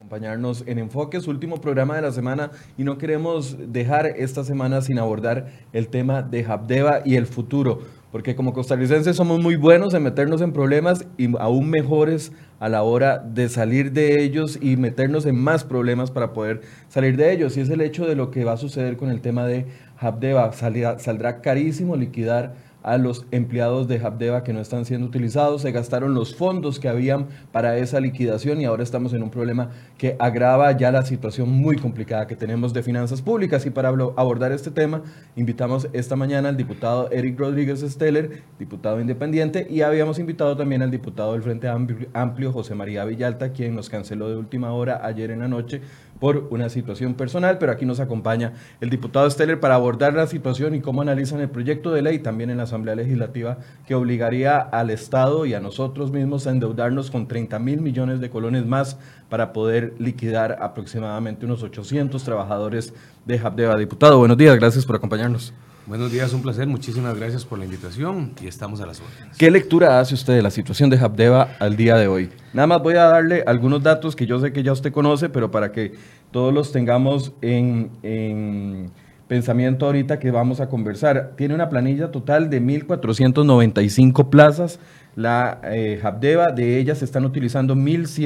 Acompañarnos en Enfoque, su último programa de la semana, y no queremos dejar esta semana sin abordar el tema de Habdeba y el futuro, porque como costarricenses somos muy buenos en meternos en problemas y aún mejores a la hora de salir de ellos y meternos en más problemas para poder salir de ellos. Y es el hecho de lo que va a suceder con el tema de Habdeba. Saldrá carísimo liquidar a los empleados de Habdeba que no están siendo utilizados. Se gastaron los fondos que habían para esa liquidación y ahora estamos en un problema que agrava ya la situación muy complicada que tenemos de finanzas públicas. Y para abordar este tema, invitamos esta mañana al diputado Eric Rodríguez Steller, diputado independiente, y habíamos invitado también al diputado del Frente Amplio, José María Villalta, quien nos canceló de última hora ayer en la noche por una situación personal, pero aquí nos acompaña el diputado Steller para abordar la situación y cómo analizan el proyecto de ley también en la Asamblea Legislativa que obligaría al Estado y a nosotros mismos a endeudarnos con 30.000 millones de colones más para poder liquidar aproximadamente unos 800 trabajadores de Habdeba. Diputado, buenos días, gracias por acompañarnos. Buenos días, un placer, muchísimas gracias por la invitación y estamos a las órdenes. ¿Qué lectura hace usted de la situación de Habdeba al día de hoy? Nada más voy a darle algunos datos que yo sé que ya usted conoce, pero para que todos los tengamos en pensamiento ahorita que vamos a conversar. Tiene una planilla total de 1.495 plazas, la Habdeba, de ellas se están utilizando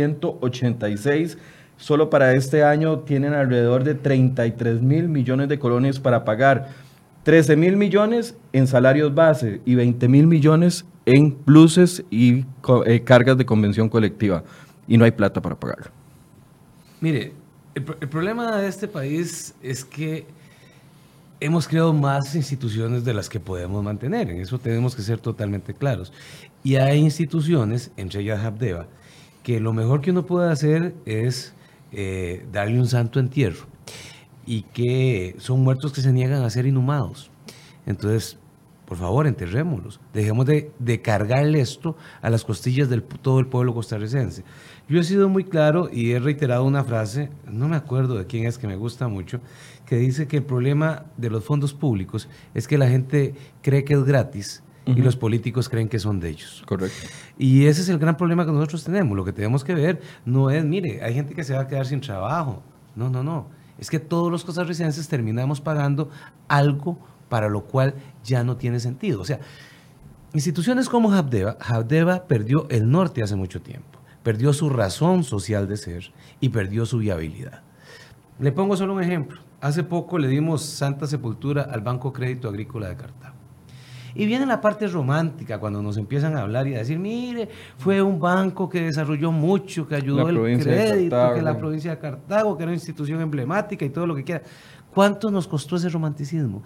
1.186. Solo para este año tienen alrededor de 33.000 millones de colones para pagar. 13.000 millones en salarios base y 20.000 millones en pluses y cargas de convención colectiva. Y no hay plata para pagarlo. Mire, el problema de este país es que hemos creado más instituciones de las que podemos mantener. En eso tenemos que ser totalmente claros. Y hay instituciones, entre ellas Habdeba, que lo mejor que uno puede hacer es darle un santo entierro. Y que son muertos que se niegan a ser inhumados. Entonces, por favor, enterrémoslos. Dejemos de cargarle esto a las costillas de todo el pueblo costarricense. Yo he sido muy claro y he reiterado una frase, no me acuerdo de quién es, que me gusta mucho, que dice que el problema de los fondos públicos es que la gente cree que es gratis y los políticos creen que son de ellos. Correcto. Y ese es el gran problema que nosotros tenemos. Lo que tenemos que ver no es, mire, hay gente que se va a quedar sin trabajo. No. Es que todos los costarricenses terminamos pagando algo para lo cual ya no tiene sentido. O sea, instituciones como Habdeba perdió el norte hace mucho tiempo, perdió su razón social de ser y perdió su viabilidad. Le pongo solo un ejemplo. Hace poco le dimos santa sepultura al Banco Crédito Agrícola de Cartago. Y viene la parte romántica cuando nos empiezan a hablar y a decir, mire, fue un banco que desarrolló mucho, que ayudó el crédito, que la provincia de Cartago, que era una institución emblemática y todo lo que quiera. ¿Cuánto nos costó ese romanticismo?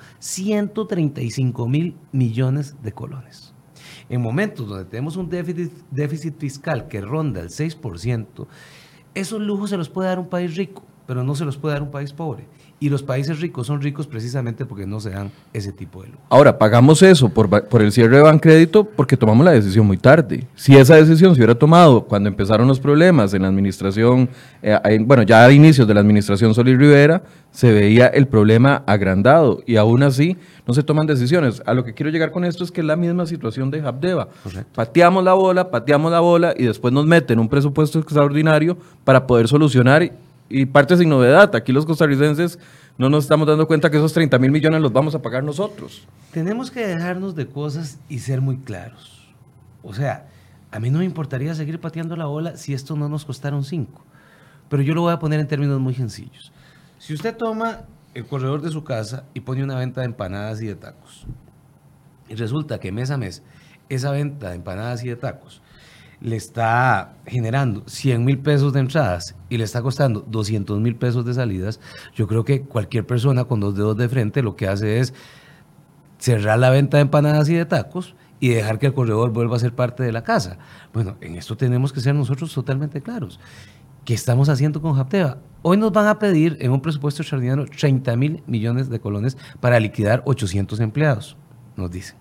135.000 millones de colones. En momentos donde tenemos un déficit fiscal que ronda el 6%, esos lujos se los puede dar un país rico, pero no se los puede dar un país pobre. Y los países ricos son ricos precisamente porque no se dan ese tipo de lujo. Ahora, pagamos eso por el cierre de Bancrédito porque tomamos la decisión muy tarde. Si esa decisión se hubiera tomado cuando empezaron los problemas en la administración, ya a inicios de la administración Solís Rivera, se veía el problema agrandado y aún así no se toman decisiones. A lo que quiero llegar con esto es que es la misma situación de Habdeba. Correcto. Pateamos la bola y después nos meten un presupuesto extraordinario para poder solucionar. Y parte sin novedad, aquí los costarricenses no nos estamos dando cuenta que esos 30.000 millones los vamos a pagar nosotros. Tenemos que dejarnos de cosas y ser muy claros. O sea, a mí no me importaría seguir pateando la bola si esto no nos costara un 5. Pero yo lo voy a poner en términos muy sencillos. Si usted toma el corredor de su casa y pone una venta de empanadas y de tacos, y resulta que mes a mes esa venta de empanadas y de tacos le está generando 100.000 pesos de entradas y le está costando 200.000 pesos de salidas, yo creo que cualquier persona con 2 dedos de frente lo que hace es cerrar la venta de empanadas y de tacos y dejar que el corredor vuelva a ser parte de la casa. Bueno, en esto tenemos que ser nosotros totalmente claros. ¿Qué estamos haciendo con Habdeba? Hoy nos van a pedir en un presupuesto extraordinario 30.000 millones de colones para liquidar 800 empleados, nos dicen.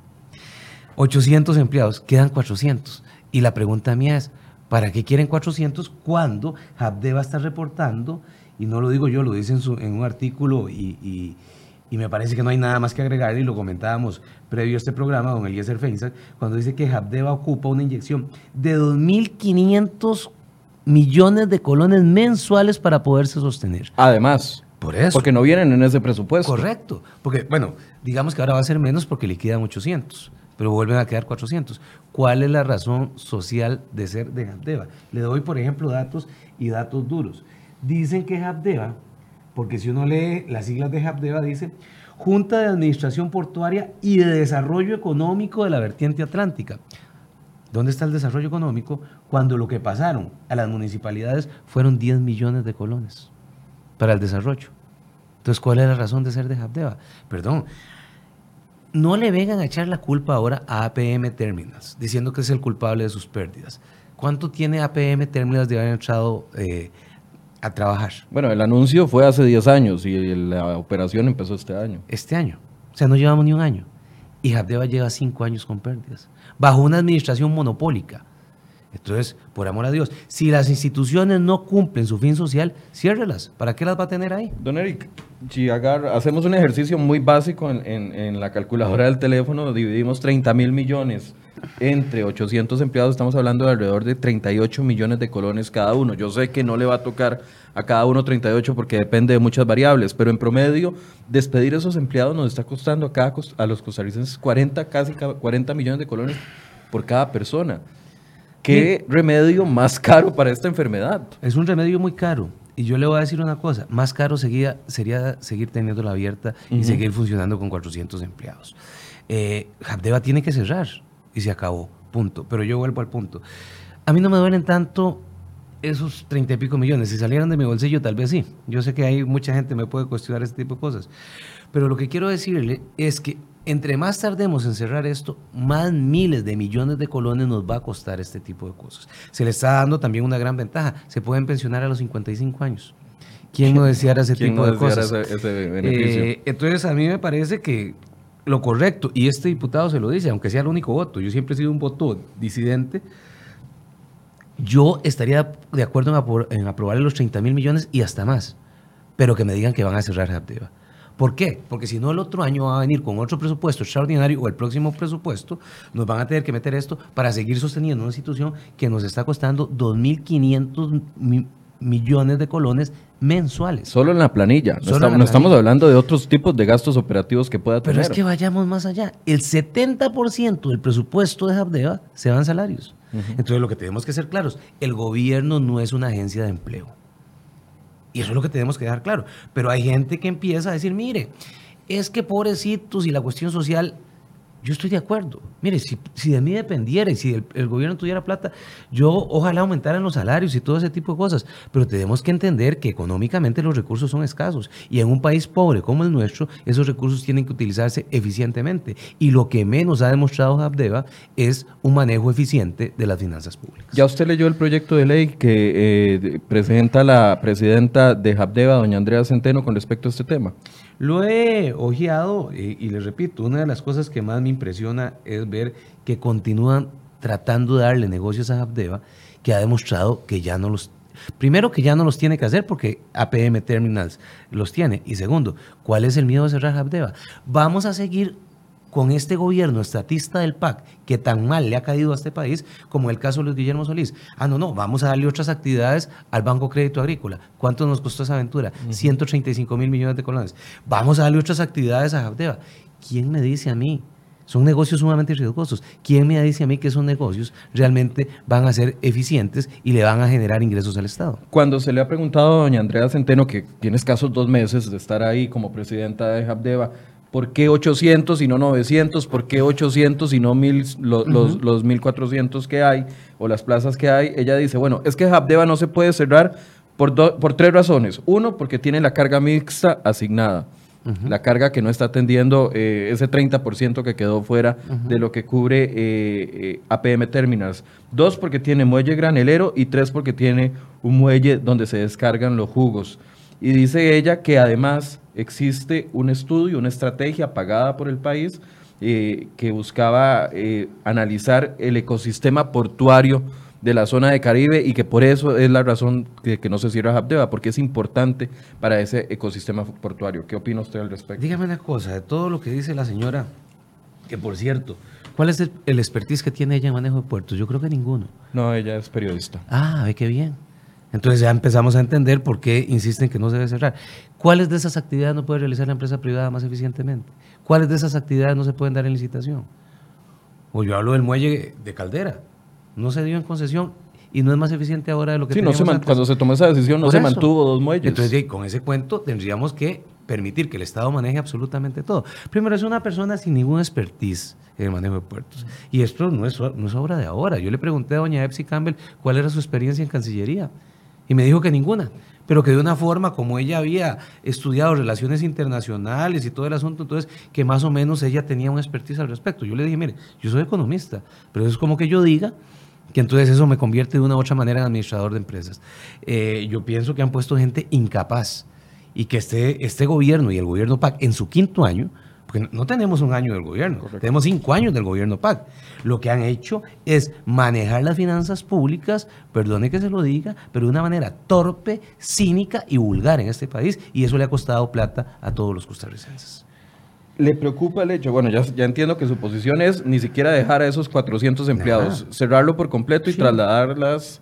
800 empleados, quedan 400. Y la pregunta mía es, ¿para qué quieren 400 cuando Habdeba está reportando, y no lo digo yo, lo dice en un artículo y me parece que no hay nada más que agregar, y lo comentábamos previo a este programa, don Eliezer Feinsack, cuando dice que Habdeba ocupa una inyección de 2.500 millones de colones mensuales para poderse sostener. Además, Por eso. porque no vienen en ese presupuesto. Correcto. Porque, bueno, digamos que ahora va a ser menos porque liquidan 800, pero vuelven a quedar 400. ¿Cuál es la razón social de ser de Habdeba? Le doy, por ejemplo, datos y datos duros. Dicen que Habdeba, porque si uno lee las siglas de Habdeba, dice Junta de Administración Portuaria y de Desarrollo Económico de la Vertiente Atlántica. ¿Dónde está el desarrollo económico cuando lo que pasaron a las municipalidades fueron 10 millones de colones para el desarrollo? Entonces, ¿cuál es la razón de ser de Habdeba? Perdón, no le vengan a echar la culpa ahora a APM Terminals, diciendo que es el culpable de sus pérdidas. ¿Cuánto tiene APM Terminals de haber entrado a trabajar? Bueno, el anuncio fue hace 10 años y la operación empezó este año. Este año. O sea, no llevamos ni un año. Y Habdeba lleva 5 años con pérdidas, bajo una administración monopólica. Entonces, por amor a Dios, si las instituciones no cumplen su fin social, ciérrelas. ¿Para qué las va a tener ahí? Don Eric, si hacemos un ejercicio muy básico en la calculadora del teléfono, dividimos 30.000 millones entre 800 empleados, estamos hablando de alrededor de 38 millones de colones cada uno. Yo sé que no le va a tocar a cada uno 38 porque depende de muchas variables, pero en promedio, despedir a esos empleados nos está costando a los costarricenses casi 40 millones de colones por cada persona. ¿Qué remedio más caro para esta enfermedad? Es un remedio muy caro. Y yo le voy a decir una cosa, más caro sería seguir teniéndola abierta y seguir funcionando con 400 empleados. Habdeba tiene que cerrar y se acabó, punto. Pero yo vuelvo al punto. A mí no me duelen tanto esos 30 y pico millones. Si salieran de mi bolsillo, tal vez sí. Yo sé que hay mucha gente que me puede cuestionar este tipo de cosas. Pero lo que quiero decirle es que entre más tardemos en cerrar esto, más miles de millones de colones nos va a costar este tipo de cosas. Se le está dando también una gran ventaja. Se pueden pensionar a los 55 años. ¿Quién no deseara ese tipo de cosas? Ese beneficio? Entonces, a mí me parece que lo correcto, y este diputado se lo dice, aunque sea el único voto, yo siempre he sido un voto disidente, yo estaría de acuerdo en aprobarle los 30.000 millones y hasta más, pero que me digan que van a cerrar Habdeba. ¿Por qué? Porque si no, el otro año va a venir con otro presupuesto extraordinario o el próximo presupuesto, nos van a tener que meter esto para seguir sosteniendo una institución que nos está costando 2.500 millones de colones mensuales. Solo en la planilla. No estamos hablando de otros tipos de gastos operativos que pueda tener. Pero es que vayamos más allá. El 70% del presupuesto de Habdeba se va en salarios. Entonces, lo que tenemos que ser claros, el gobierno no es una agencia de empleo. Y eso es lo que tenemos que dejar claro. Pero hay gente que empieza a decir, mire, es que pobrecitos y la cuestión social, yo estoy de acuerdo. Mire, si de mí dependiera y si el gobierno tuviera plata, yo ojalá aumentaran los salarios y todo ese tipo de cosas. Pero tenemos que entender que económicamente los recursos son escasos. Y en un país pobre como el nuestro, esos recursos tienen que utilizarse eficientemente. Y lo que menos ha demostrado Habdeba es un manejo eficiente de las finanzas públicas. ¿Ya usted leyó el proyecto de ley que presenta la presidenta de Habdeba, doña Andrea Centeno, con respecto a este tema? Lo he ojeado y les repito, una de las cosas que más me impresiona es ver que continúan tratando de darle negocios a Habdeba, que ha demostrado que ya no los... Primero, que ya no los tiene que hacer porque APM Terminals los tiene. Y segundo, ¿cuál es el miedo de cerrar Habdeba? Vamos a seguir con este gobierno estatista del PAC que tan mal le ha caído a este país, como el caso de Luis Guillermo Solís. No, vamos a darle otras actividades al Banco Crédito Agrícola. ¿Cuánto nos costó esa aventura? 135.000 millones de colones. Vamos a darle otras actividades a Habdeba. ¿Quién me dice a mí? Son negocios sumamente riesgosos. ¿Quién me dice a mí que esos negocios realmente van a ser eficientes y le van a generar ingresos al Estado? Cuando se le ha preguntado a doña Andrea Centeno, que tiene escasos 2 meses de estar ahí como presidenta de Habdeba, ¿por qué 800 y no 900? ¿Por qué 800 y no 1.000, los 1.400 que hay o las plazas que hay? Ella dice, bueno, es que Habdeba no se puede cerrar por 3 razones. Uno, porque tiene la carga mixta asignada. La carga que no está atendiendo ese 30% que quedó fuera de lo que cubre APM Terminals. 2, porque tiene muelle granelero y 3, porque tiene un muelle donde se descargan los jugos. Y dice ella que además existe un estudio, una estrategia pagada por el país que buscaba analizar el ecosistema portuario de la zona de Caribe y que por eso es la razón que no se cierra Habdeba, porque es importante para ese ecosistema portuario. ¿Qué opina usted al respecto? Dígame una cosa, de todo lo que dice la señora, que por cierto, ¿cuál es el expertise que tiene ella en manejo de puertos? Yo creo que ninguno. No, ella es periodista. Ve qué bien. Entonces ya empezamos a entender por qué insisten que no se debe cerrar. ¿Cuáles de esas actividades no puede realizar la empresa privada más eficientemente? ¿Cuáles de esas actividades no se pueden dar en licitación? O yo hablo del muelle de Caldera. No se dio en concesión y no es más eficiente ahora de lo que teníamos antes. Cuando se tomó esa decisión no se mantuvo 2 muelles. Entonces, con ese cuento tendríamos que permitir que el Estado maneje absolutamente todo. Primero, es una persona sin ningún expertise en el manejo de puertos. Y esto no es obra de ahora. Yo le pregunté a doña Epsi Campbell cuál era su experiencia en Cancillería. Y me dijo que ninguna, pero que de una forma como ella había estudiado relaciones internacionales y todo el asunto, entonces que más o menos ella tenía un expertise al respecto. Yo le dije, mire, yo soy economista, pero es como que yo diga que entonces eso me convierte de una u otra manera en administrador de empresas. Yo pienso que han puesto gente incapaz y que este gobierno y el gobierno PAC en su 5º año, porque no tenemos un año del gobierno, correcto, tenemos 5 años del gobierno PAC. Lo que han hecho es manejar las finanzas públicas, perdone que se lo diga, pero de una manera torpe, cínica y vulgar en este país, y eso le ha costado plata a todos los costarricenses. ¿Le preocupa el hecho? Bueno, ya entiendo que su posición es ni siquiera dejar a esos 400 empleados, cerrarlo por completo y trasladar las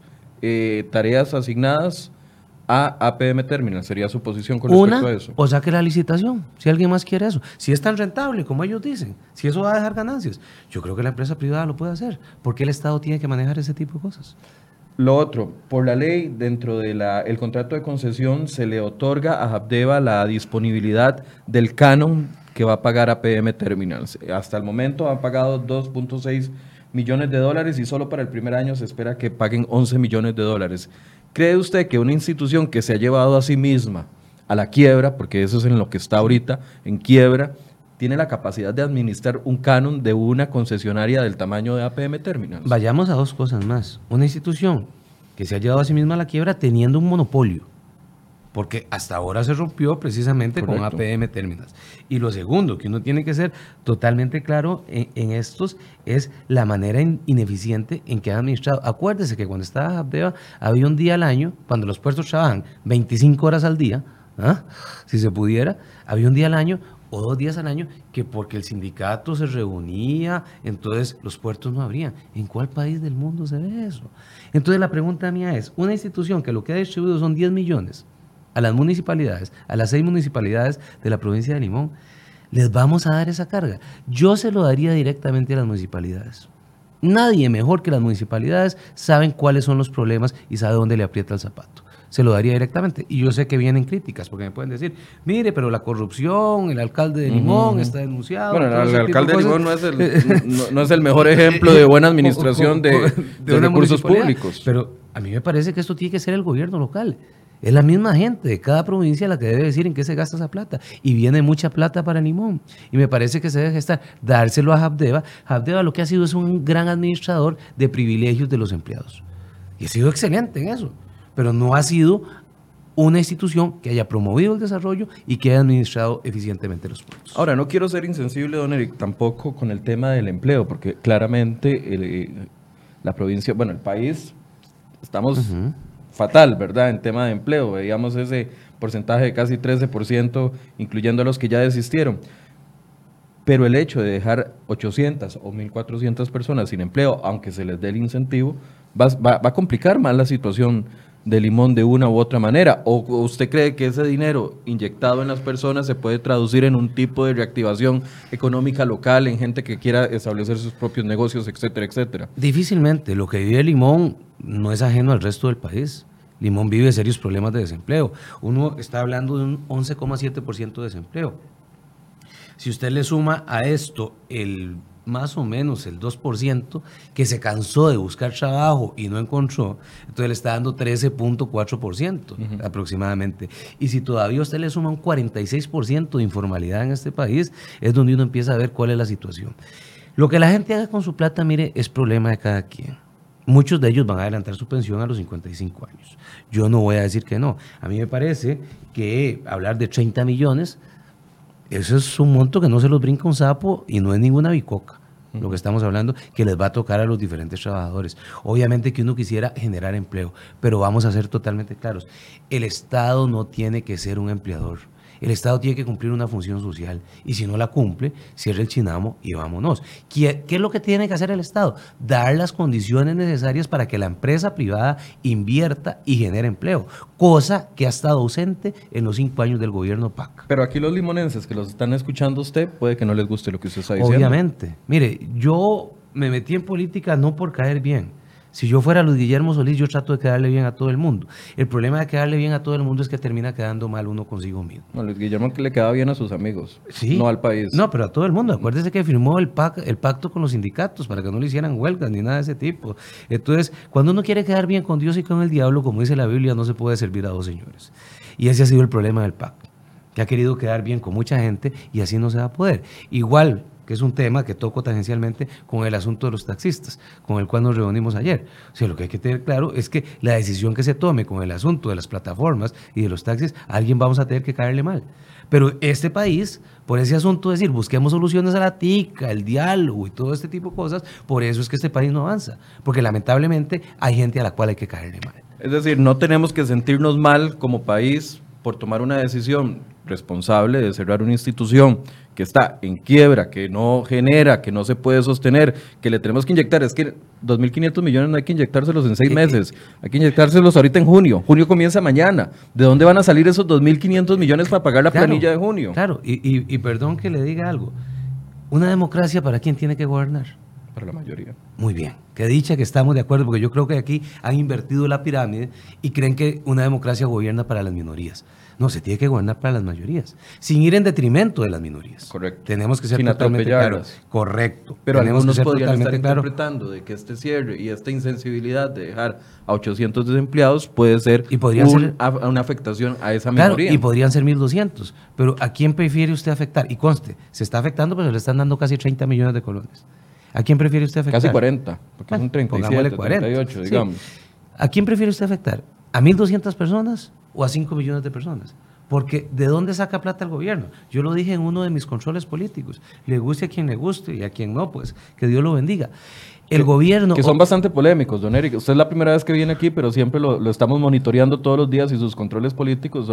tareas asignadas a APM Terminal, sería su posición con respecto a eso. O saque la licitación, si alguien más quiere eso. Si es tan rentable como ellos dicen, si eso va a dejar ganancias, yo creo que la empresa privada lo puede hacer. ¿Por qué el Estado tiene que manejar ese tipo de cosas? Lo otro, por la ley, dentro del contrato de concesión se le otorga a Habdeba la disponibilidad del canon que va a pagar APM Terminals. Hasta el momento han pagado $2.6 millones y solo para el primer año se espera que paguen $11 millones. ¿Cree usted que una institución que se ha llevado a sí misma a la quiebra, porque eso es en lo que está ahorita, en quiebra, tiene la capacidad de administrar un canon de una concesionaria del tamaño de APM Terminals? Vayamos a 2 cosas más. Una institución que se ha llevado a sí misma a la quiebra teniendo un monopolio, porque hasta ahora se rompió precisamente con APM Terminals. Y lo segundo, que uno tiene que ser totalmente claro en estos, es la manera ineficiente en que han administrado. Acuérdese que cuando estaba Habdeba, había un día al año, cuando los puertos trabajan 25 horas al día, si se pudiera, había un día al año o 2 días al año que porque el sindicato se reunía, entonces los puertos no abrían. ¿En cuál país del mundo se ve eso? Entonces la pregunta mía es, una institución que lo que ha distribuido son 10 millones, a las municipalidades, a las 6 municipalidades de la provincia de Limón, les vamos a dar esa carga. Yo se lo daría directamente a las municipalidades. Nadie mejor que las municipalidades saben cuáles son los problemas y sabe dónde le aprieta el zapato. Se lo daría directamente. Y yo sé que vienen críticas, porque me pueden decir, mire, pero la corrupción, el alcalde de Limón está denunciado. Bueno, el alcalde de Limón no es el mejor ejemplo de buena administración de recursos públicos. Pero a mí me parece que esto tiene que ser el gobierno local. Es la misma gente de cada provincia la que debe decir en qué se gasta esa plata. Y viene mucha plata para Limón. Y me parece que se debe gestar, dárselo a Habdeba. Habdeba lo que ha sido es un gran administrador de privilegios de los empleados. Y ha sido excelente en eso. Pero no ha sido una institución que haya promovido el desarrollo y que haya administrado eficientemente los puertos. Ahora, no quiero ser insensible, don Eric, tampoco con el tema del empleo, porque claramente la provincia, bueno, el país, estamos... fatal, ¿verdad? En tema de empleo, veíamos ese porcentaje de casi 13%, incluyendo a los que ya desistieron. Pero el hecho de dejar 800 o 1.400 personas sin empleo, aunque se les dé el incentivo, va a complicar más la situación de Limón de una u otra manera. ¿O usted cree que ese dinero inyectado en las personas se puede traducir en un tipo de reactivación económica local, en gente que quiera establecer sus propios negocios, etcétera, etcétera? Difícilmente. Lo que vive Limón no es ajeno al resto del país. Limón vive serios problemas de desempleo. Uno está hablando de un 11,7% de desempleo. Si usted le suma a esto más o menos el 2% que se cansó de buscar trabajo y no encontró, entonces le está dando 13,4% aproximadamente. Y si todavía usted le suma un 46% de informalidad en este país, es donde uno empieza a ver cuál es la situación. Lo que la gente haga con su plata, mire, es problema de cada quien. Muchos de ellos van a adelantar su pensión a los 55 años. Yo no voy a decir que no. A mí me parece que hablar de 30 millones, eso es un monto que no se los brinca un sapo y no es ninguna bicoca. Lo que estamos hablando, que les va a tocar a los diferentes trabajadores. Obviamente que uno quisiera generar empleo, pero vamos a ser totalmente claros. El Estado no tiene que ser un empleador. El Estado tiene que cumplir una función social y si no la cumple, cierre el chinamo y vámonos. ¿Qué es lo que tiene que hacer el Estado? Dar las condiciones necesarias para que la empresa privada invierta y genere empleo, cosa que ha estado ausente en los 5 años del gobierno PAC. Pero aquí los limonenses que los están escuchando a usted, puede que no les guste lo que usted está diciendo. Obviamente. Mire, yo me metí en política no por caer bien. Si yo fuera Luis Guillermo Solís, yo trato de quedarle bien a todo el mundo. El problema de quedarle bien a todo el mundo es que termina quedando mal uno consigo mismo. No, Luis Guillermo que le queda bien a sus amigos, ¿Sí? No al país. No, pero a todo el mundo. Acuérdese que firmó el pacto con los sindicatos para que no le hicieran huelgas ni nada de ese tipo. Entonces, cuando uno quiere quedar bien con Dios y con el diablo, como dice la Biblia, no se puede servir a dos señores. Y ese ha sido el problema del pacto, que ha querido quedar bien con mucha gente y así no se va a poder. Igual que es un tema que toco tangencialmente con el asunto de los taxistas, con el cual nos reunimos ayer. O sea, lo que hay que tener claro es que la decisión que se tome con el asunto de las plataformas y de los taxis, a alguien vamos a tener que caerle mal. Pero este país, por ese asunto de decir, busquemos soluciones a la tica, el diálogo y todo este tipo de cosas, por eso es que este país no avanza. Porque lamentablemente hay gente a la cual hay que caerle mal. Es decir, no tenemos que sentirnos mal como país por tomar una decisión responsable de cerrar una institución que está en quiebra, que no genera, que no se puede sostener, que le tenemos que inyectar. Es que 2.500 millones no hay que inyectárselos en 6 meses, hay que inyectárselos ahorita en junio. Junio comienza mañana. ¿De dónde van a salir esos 2.500 millones para pagar la planilla de junio? Claro, y perdón que le diga algo. Una democracia, ¿para quién tiene que gobernar? Para la mayoría. Muy bien, qué dicha que estamos de acuerdo, porque yo creo que aquí han invertido la pirámide y creen que una democracia gobierna para las minorías. No, se tiene que gobernar para las mayorías, sin ir en detrimento de las minorías. Correcto. Tenemos que ser sin totalmente claros. Correcto. Pero tenemos algunos que ser podrían estar claro. interpretando de que este cierre y esta insensibilidad de dejar a 800 desempleados puede ser una afectación a esa minoría. Claro, y podrían ser 1.200. Pero ¿a quién prefiere usted afectar? Y conste, se está afectando, pero le están dando casi 30 millones de colones. ¿A quién prefiere usted afectar? Casi 40, porque son 37, 38, digamos. Sí. ¿A quién prefiere usted afectar? ¿A 1.200 personas o a 5 millones de personas? Porque ¿de dónde saca plata el gobierno? Yo lo dije en uno de mis controles políticos. Le guste a quien le guste y a quien no, pues que Dios lo bendiga. El gobierno... Que son bastante polémicos, don Eric. Usted es la primera vez que viene aquí, pero siempre lo estamos monitoreando todos los días y sus controles políticos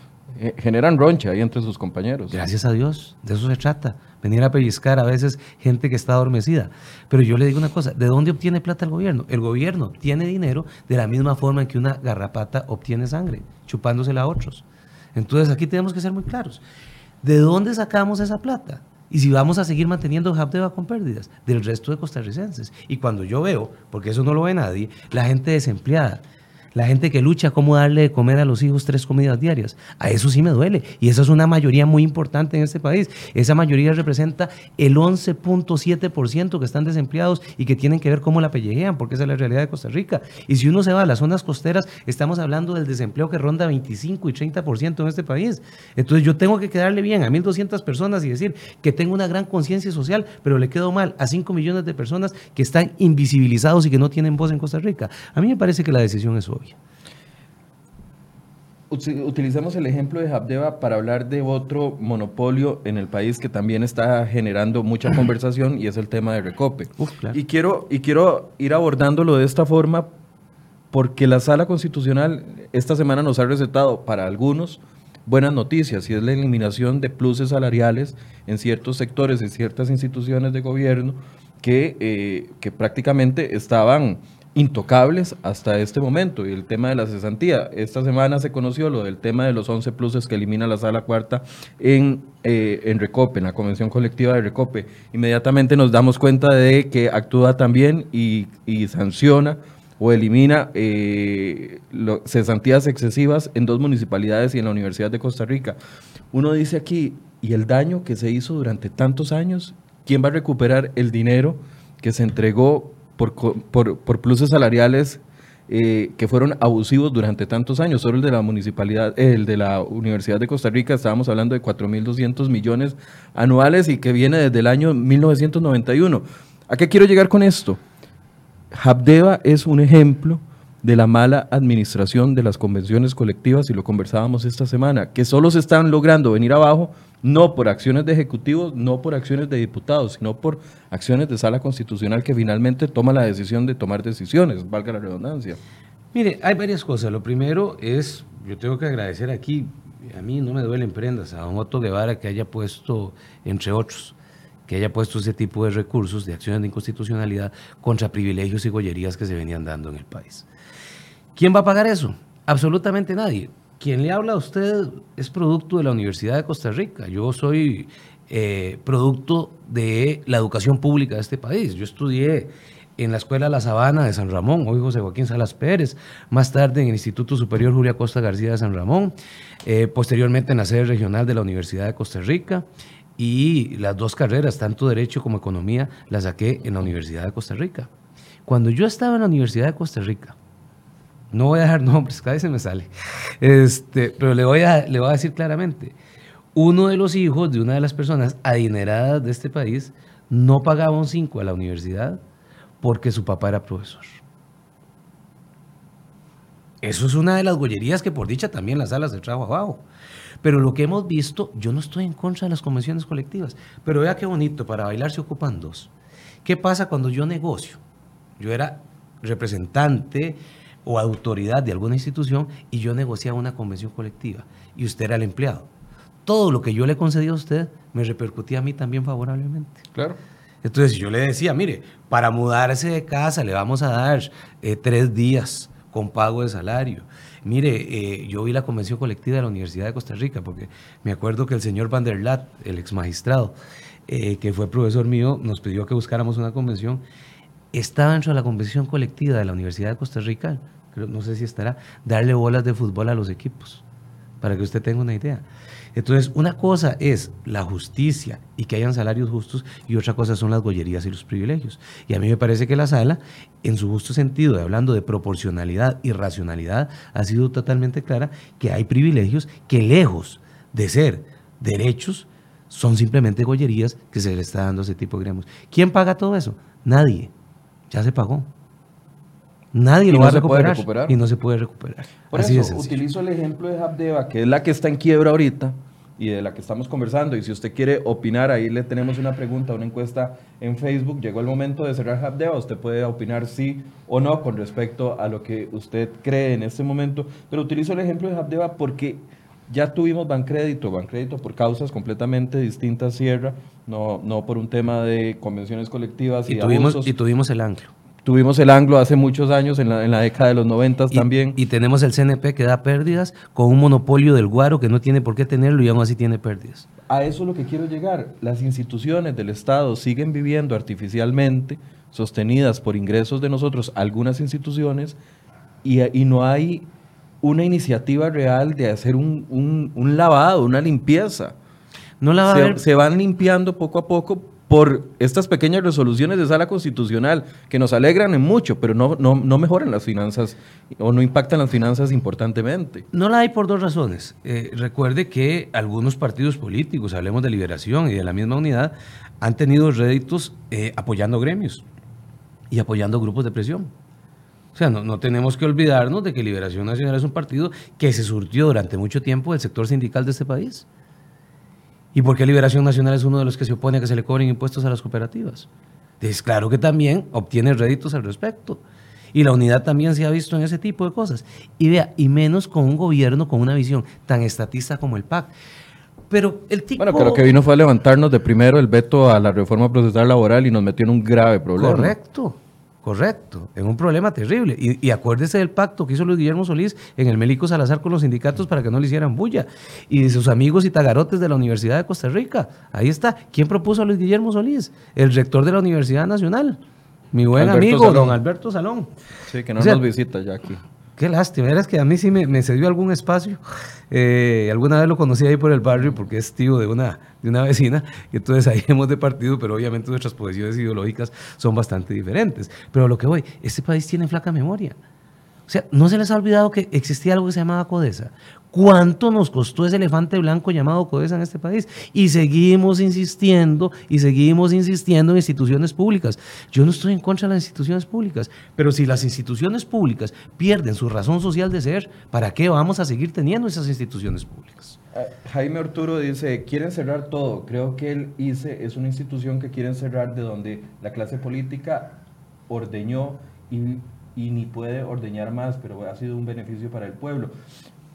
generan roncha ahí entre sus compañeros. Gracias a Dios, de eso se trata. Venir a pellizcar a veces gente que está adormecida. Pero yo le digo una cosa, ¿de dónde obtiene plata el gobierno? El gobierno obtiene dinero de la misma forma en que una garrapata obtiene sangre, chupándosela a otros. Entonces aquí tenemos que ser muy claros. ¿De dónde sacamos esa plata? Y si vamos a seguir manteniendo Habdeba con pérdidas, del resto de costarricenses. Y cuando yo veo, porque eso no lo ve nadie, la gente desempleada, la gente que lucha cómo darle de comer a los hijos 3 comidas diarias, a eso sí me duele. Y esa es una mayoría muy importante en este país. Esa mayoría representa el 11.7% que están desempleados y que tienen que ver cómo la pellejean, porque esa es la realidad de Costa Rica. Y si uno se va a las zonas costeras, estamos hablando del desempleo que ronda 25 y 30% en este país. Entonces yo tengo que quedarle bien a 1.200 personas y decir que tengo una gran conciencia social, pero le quedo mal a 5 millones de personas que están invisibilizados y que no tienen voz en Costa Rica. A mí me parece que la decisión es obvia. Utilicemos el ejemplo de Habdeba para hablar de otro monopolio en el país que también está generando mucha conversación y es el tema de Recope. Claro. Y quiero ir abordándolo de esta forma porque la Sala Constitucional esta semana nos ha recetado para algunos buenas noticias y es la eliminación de pluses salariales en ciertos sectores y ciertas instituciones de gobierno que prácticamente estaban intocables hasta este momento. Y el tema de la cesantía, esta semana se conoció lo del tema de los 11 pluses que elimina la Sala Cuarta en Recope, en la Convención Colectiva de Recope. Inmediatamente nos damos cuenta de que actúa también y sanciona o elimina cesantías excesivas en 2 municipalidades y en la Universidad de Costa Rica. Uno dice aquí, ¿y el daño que se hizo durante tantos años? ¿Quién va a recuperar el dinero que se entregó por pluses salariales que fueron abusivos durante tantos años? Solo el de la municipalidad, el de la Universidad de Costa Rica, estábamos hablando de 4.200 millones anuales y que viene desde el año 1991. ¿A qué quiero llegar con esto? Habdeba es un ejemplo de la mala administración de las convenciones colectivas y lo conversábamos esta semana, que solo se están logrando venir abajo no por acciones de ejecutivos, no por acciones de diputados, sino por acciones de Sala Constitucional que finalmente toma la decisión de tomar decisiones, valga la redundancia. Mire, hay varias cosas. Lo primero es, yo tengo que agradecer aquí, a mí no me duelen prendas, a don Otto Guevara que haya puesto, entre otros, que haya puesto ese tipo de recursos de acciones de inconstitucionalidad contra privilegios y gollerías que se venían dando en el país. ¿Quién va a pagar eso? Absolutamente nadie. Quien le habla a usted es producto de la Universidad de Costa Rica. Yo soy producto de la educación pública de este país. Yo estudié en la Escuela La Sabana de San Ramón, hoy José Joaquín Salas Pérez, más tarde en el Instituto Superior Julia Costa García de San Ramón, posteriormente en la sede regional de la Universidad de Costa Rica, y las dos carreras, tanto Derecho como Economía, las saqué en la Universidad de Costa Rica. Cuando yo estaba en la Universidad de Costa Rica, no voy a dar nombres, cada vez se me sale, pero le voy a decir claramente, uno de los hijos de una de las personas adineradas de este país no pagaba un 5 a la universidad porque su papá era profesor. Eso es una de las gollerías que por dicha también las salas de trabajo abajo. Pero lo que hemos visto, yo no estoy en contra de las convenciones colectivas, pero vea qué bonito, para bailar se ocupan dos. ¿Qué pasa cuando yo negocio? Yo era representante o autoridad de alguna institución y yo negociaba una convención colectiva y usted era el empleado. Todo lo que yo le concedí a usted me repercutía a mí también favorablemente. Claro. Entonces yo le decía, mire, para mudarse de casa le vamos a dar 3 días con pago de salario. Mire, yo vi la convención colectiva de la Universidad de Costa Rica, porque me acuerdo que el señor Van der Lat, el ex magistrado, que fue profesor mío, nos pidió que buscáramos una convención. Estaba dentro de la convención colectiva de la Universidad de Costa Rica, no sé si estará, darle bolas de fútbol a los equipos, para que usted tenga una idea. Entonces, una cosa es la justicia y que hayan salarios justos y otra cosa son las gollerías y los privilegios. Y a mí me parece que la sala, en su justo sentido, de hablando de proporcionalidad y racionalidad, ha sido totalmente clara que hay privilegios que lejos de ser derechos, son simplemente gollerías que se le está dando a ese tipo de gremios. ¿Quién paga todo eso? Nadie. Ya se pagó. Nadie lo va a recuperar y no se puede recuperar. Por Así eso utilizo el ejemplo de Habdeba, que es la que está en quiebra ahorita y de la que estamos conversando. Y si usted quiere opinar, ahí le tenemos una pregunta, una encuesta en Facebook. Llegó el momento de cerrar Habdeba. Usted puede opinar sí o no con respecto a lo que usted cree en este momento. Pero utilizo el ejemplo de Habdeba porque ya tuvimos Bancrédito por causas completamente distintas, cierra, no por un tema de convenciones colectivas y abusos. Y tuvimos el Anglo. Tuvimos el Anglo hace muchos años, en la década de los 90 también. Y tenemos el CNP que da pérdidas con un monopolio del guaro que no tiene por qué tenerlo y aún así tiene pérdidas. A eso es lo que quiero llegar. Las instituciones del Estado siguen viviendo artificialmente, sostenidas por ingresos de nosotros, algunas instituciones, y no hay una iniciativa real de hacer un lavado, una limpieza. No la va a haber. Se van limpiando poco a poco por estas pequeñas resoluciones de sala constitucional que nos alegran en mucho, pero no mejoran las finanzas o no impactan las finanzas importantemente. No la hay por dos razones. Recuerde que algunos partidos políticos, hablemos de Liberación y de la misma Unidad, han tenido réditos apoyando gremios y apoyando grupos de presión. O sea, no tenemos que olvidarnos de que Liberación Nacional es un partido que se surtió durante mucho tiempo del sector sindical de este país. ¿Y por qué Liberación Nacional es uno de los que se opone a que se le cobren impuestos a las cooperativas? Es claro que también obtiene réditos al respecto. Y la Unidad también se ha visto en ese tipo de cosas. Y vea, y menos con un gobierno con una visión tan estatista como el PAC. Pero el tipo... Bueno, que lo que vino fue a levantarnos de primero el veto a la reforma procesal laboral y nos metió en un grave problema. Correcto, en un problema terrible. Y acuérdese del pacto que hizo Luis Guillermo Solís en el Mélico Salazar con los sindicatos para que no le hicieran bulla. Y de sus amigos y tagarotes de la Universidad de Costa Rica. Ahí está. ¿Quién propuso a Luis Guillermo Solís? El rector de la Universidad Nacional. Mi buen amigo, don Alberto Salón. Sí, que no nos visita ya aquí. Qué lástima, es que a mí sí me cedió algún espacio. Alguna vez lo conocí ahí por el barrio porque es tío de una vecina, y entonces ahí hemos departido, pero obviamente nuestras posiciones ideológicas son bastante diferentes. Pero a lo que voy, este país tiene flaca memoria. O sea, no se les ha olvidado que existía algo que se llamaba CODESA. ¿Cuánto nos costó ese elefante blanco llamado CODESA en este país? Y seguimos insistiendo en instituciones públicas. Yo no estoy en contra de las instituciones públicas, pero si las instituciones públicas pierden su razón social de ser, ¿para qué vamos a seguir teniendo esas instituciones públicas? Jaime Arturo dice, quieren cerrar todo. Creo que el ICE es una institución que quieren cerrar de donde la clase política ordeñó y ni puede ordeñar más, pero ha sido un beneficio para el pueblo.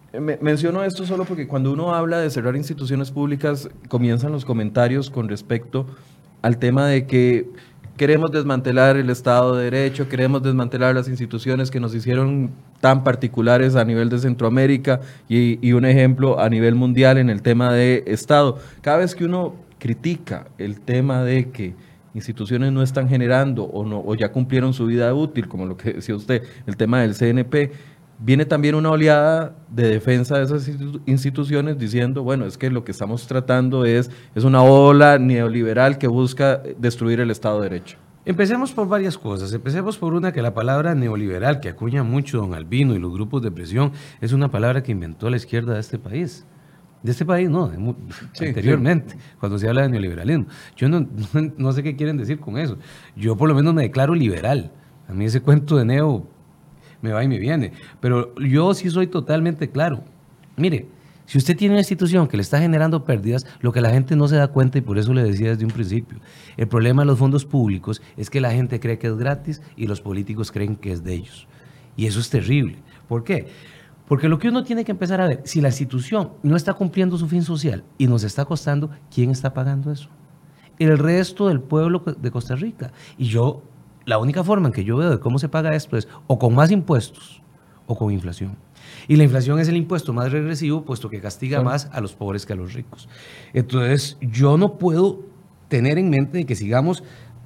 Menciono esto solo porque cuando uno habla de cerrar instituciones públicas, comienzan los comentarios con respecto al tema de que queremos desmantelar el Estado de Derecho, queremos desmantelar las instituciones que nos hicieron tan particulares a nivel de Centroamérica y un ejemplo a nivel mundial en el tema de Estado. Cada vez que uno critica el tema de que instituciones no están generando o ya cumplieron su vida útil, como lo que decía usted, el tema del CNP, viene también una oleada de defensa de esas instituciones diciendo, bueno, es que lo que estamos tratando es una ola neoliberal que busca destruir el Estado de Derecho. Empecemos por varias cosas. Empecemos por una, que la palabra neoliberal, que acuña mucho don Albino y los grupos de presión, es una palabra que inventó la izquierda de este país. De este país, no, anteriormente, cuando se habla de neoliberalismo. Yo no sé qué quieren decir con eso. Yo por lo menos me declaro liberal. A mí ese cuento de neo me va y me viene. Pero yo sí soy totalmente claro. Mire, si usted tiene una institución que le está generando pérdidas, lo que la gente no se da cuenta, y por eso le decía desde un principio, el problema de los fondos públicos es que la gente cree que es gratis y los políticos creen que es de ellos. Y eso es terrible. ¿Por qué? Porque lo que uno tiene que empezar a ver, si la institución no está cumpliendo su fin social y nos está costando, ¿quién está pagando eso? El resto del pueblo de Costa Rica. Y yo, la única forma en que yo veo de cómo se paga esto es o con más impuestos o con inflación. Y la inflación es el impuesto más regresivo, puesto que castiga más a los pobres que a los ricos. Entonces, yo no puedo tener en mente de que sigamos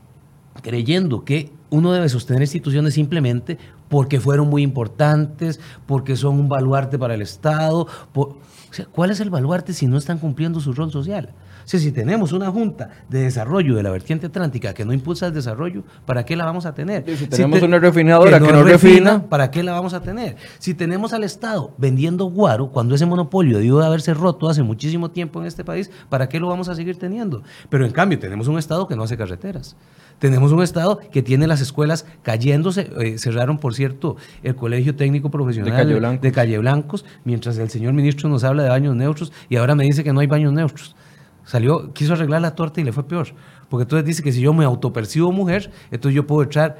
creyendo que uno debe sostener instituciones simplemente porque fueron muy importantes, porque son un baluarte para el Estado. O sea, ¿cuál es el baluarte si no están cumpliendo su rol social? O sea, si tenemos una junta de desarrollo de la vertiente atlántica que no impulsa el desarrollo, ¿para qué la vamos a tener? Si tenemos una refinadora que no refina, ¿para qué la vamos a tener? Si tenemos al Estado vendiendo guaro, cuando ese monopolio debió de haberse roto hace muchísimo tiempo en este país, ¿para qué lo vamos a seguir teniendo? Pero en cambio tenemos un Estado que no hace carreteras. Tenemos un Estado que tiene las escuelas cayéndose. Cerraron, por cierto, el Colegio Técnico Profesional de Calle Blancos, mientras el señor ministro nos habla de baños neutros y ahora me dice que no hay baños neutros. Quiso arreglar la torta y le fue peor. Porque entonces dice que si yo me autopercibo mujer, entonces yo puedo entrar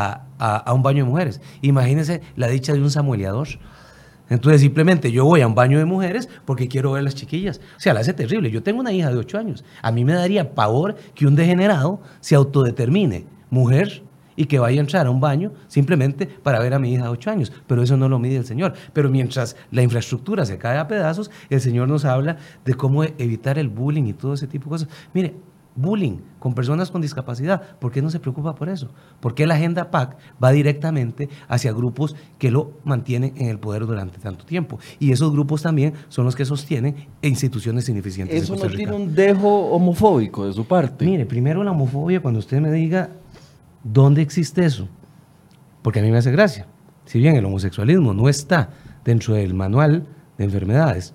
a un baño de mujeres. Imagínense la dicha de un samueleador. Entonces simplemente yo voy a un baño de mujeres porque quiero ver las chiquillas. O sea, la hace terrible. Yo tengo una hija de 8 años. A mí me daría pavor que un degenerado se autodetermine mujer y que vaya a entrar a un baño simplemente para ver a mi hija de 8 años. Pero eso no lo mide el Señor. Pero mientras la infraestructura se cae a pedazos, el Señor nos habla de cómo evitar el bullying y todo ese tipo de cosas. Mire, bullying con personas con discapacidad, ¿por qué no se preocupa por eso? ¿Por qué la agenda PAC va directamente hacia grupos que lo mantienen en el poder durante tanto tiempo? Y esos grupos también son los que sostienen instituciones ineficientes. ¿Eso no tiene un dejo homofóbico de su parte? Mire, primero la homofobia, cuando usted me diga ¿dónde existe eso? Porque a mí me hace gracia. Si bien el homosexualismo no está dentro del manual de enfermedades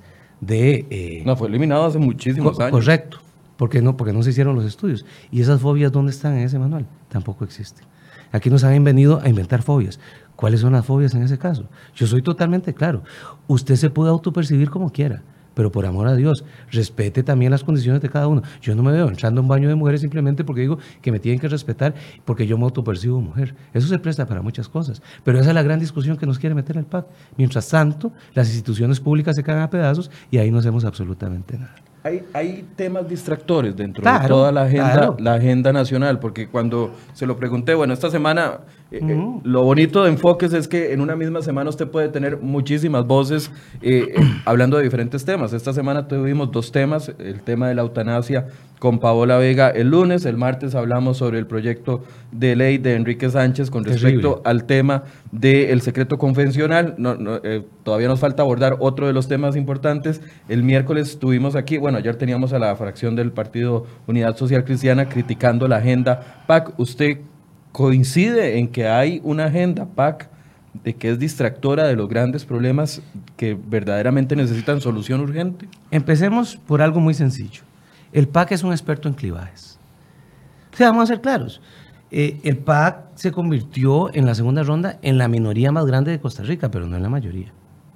no, fue eliminado hace muchísimos años. Correcto. Porque no se hicieron los estudios. ¿Y esas fobias dónde están en ese manual? Tampoco existen. Aquí nos han venido a inventar fobias. ¿Cuáles son las fobias en ese caso? Yo soy totalmente claro. Usted se puede autopercibir como quiera, pero por amor a Dios, respete también las condiciones de cada uno. Yo no me veo entrando a un baño de mujeres simplemente porque digo que me tienen que respetar porque yo me autopercibo mujer. Eso se presta para muchas cosas, pero esa es la gran discusión que nos quiere meter el PAC. Mientras tanto, las instituciones públicas se caen a pedazos y ahí no hacemos absolutamente nada. Hay temas distractores dentro de toda la agenda nacional, porque cuando se lo pregunté, bueno, esta semana, lo bonito de Enfoques es que en una misma semana usted puede tener muchísimas voces hablando de diferentes temas. Esta semana tuvimos 2 temas, el tema de la eutanasia con Paola Vega el lunes, el martes hablamos sobre el proyecto de ley de Enrique Sánchez con respecto al tema del secreto confesional. Todavía nos falta abordar otro de los temas importantes. El miércoles tuvimos aquí, bueno, ayer teníamos a la fracción del Partido Unidad Social Cristiana criticando la agenda PAC. ¿Usted coincide en que hay una agenda PAC de que es distractora de los grandes problemas que verdaderamente necesitan solución urgente? Empecemos por algo muy sencillo. El PAC es un experto en clivajes. O sea, vamos a ser claros. El PAC se convirtió en la segunda ronda en la minoría más grande de Costa Rica, pero no en la mayoría.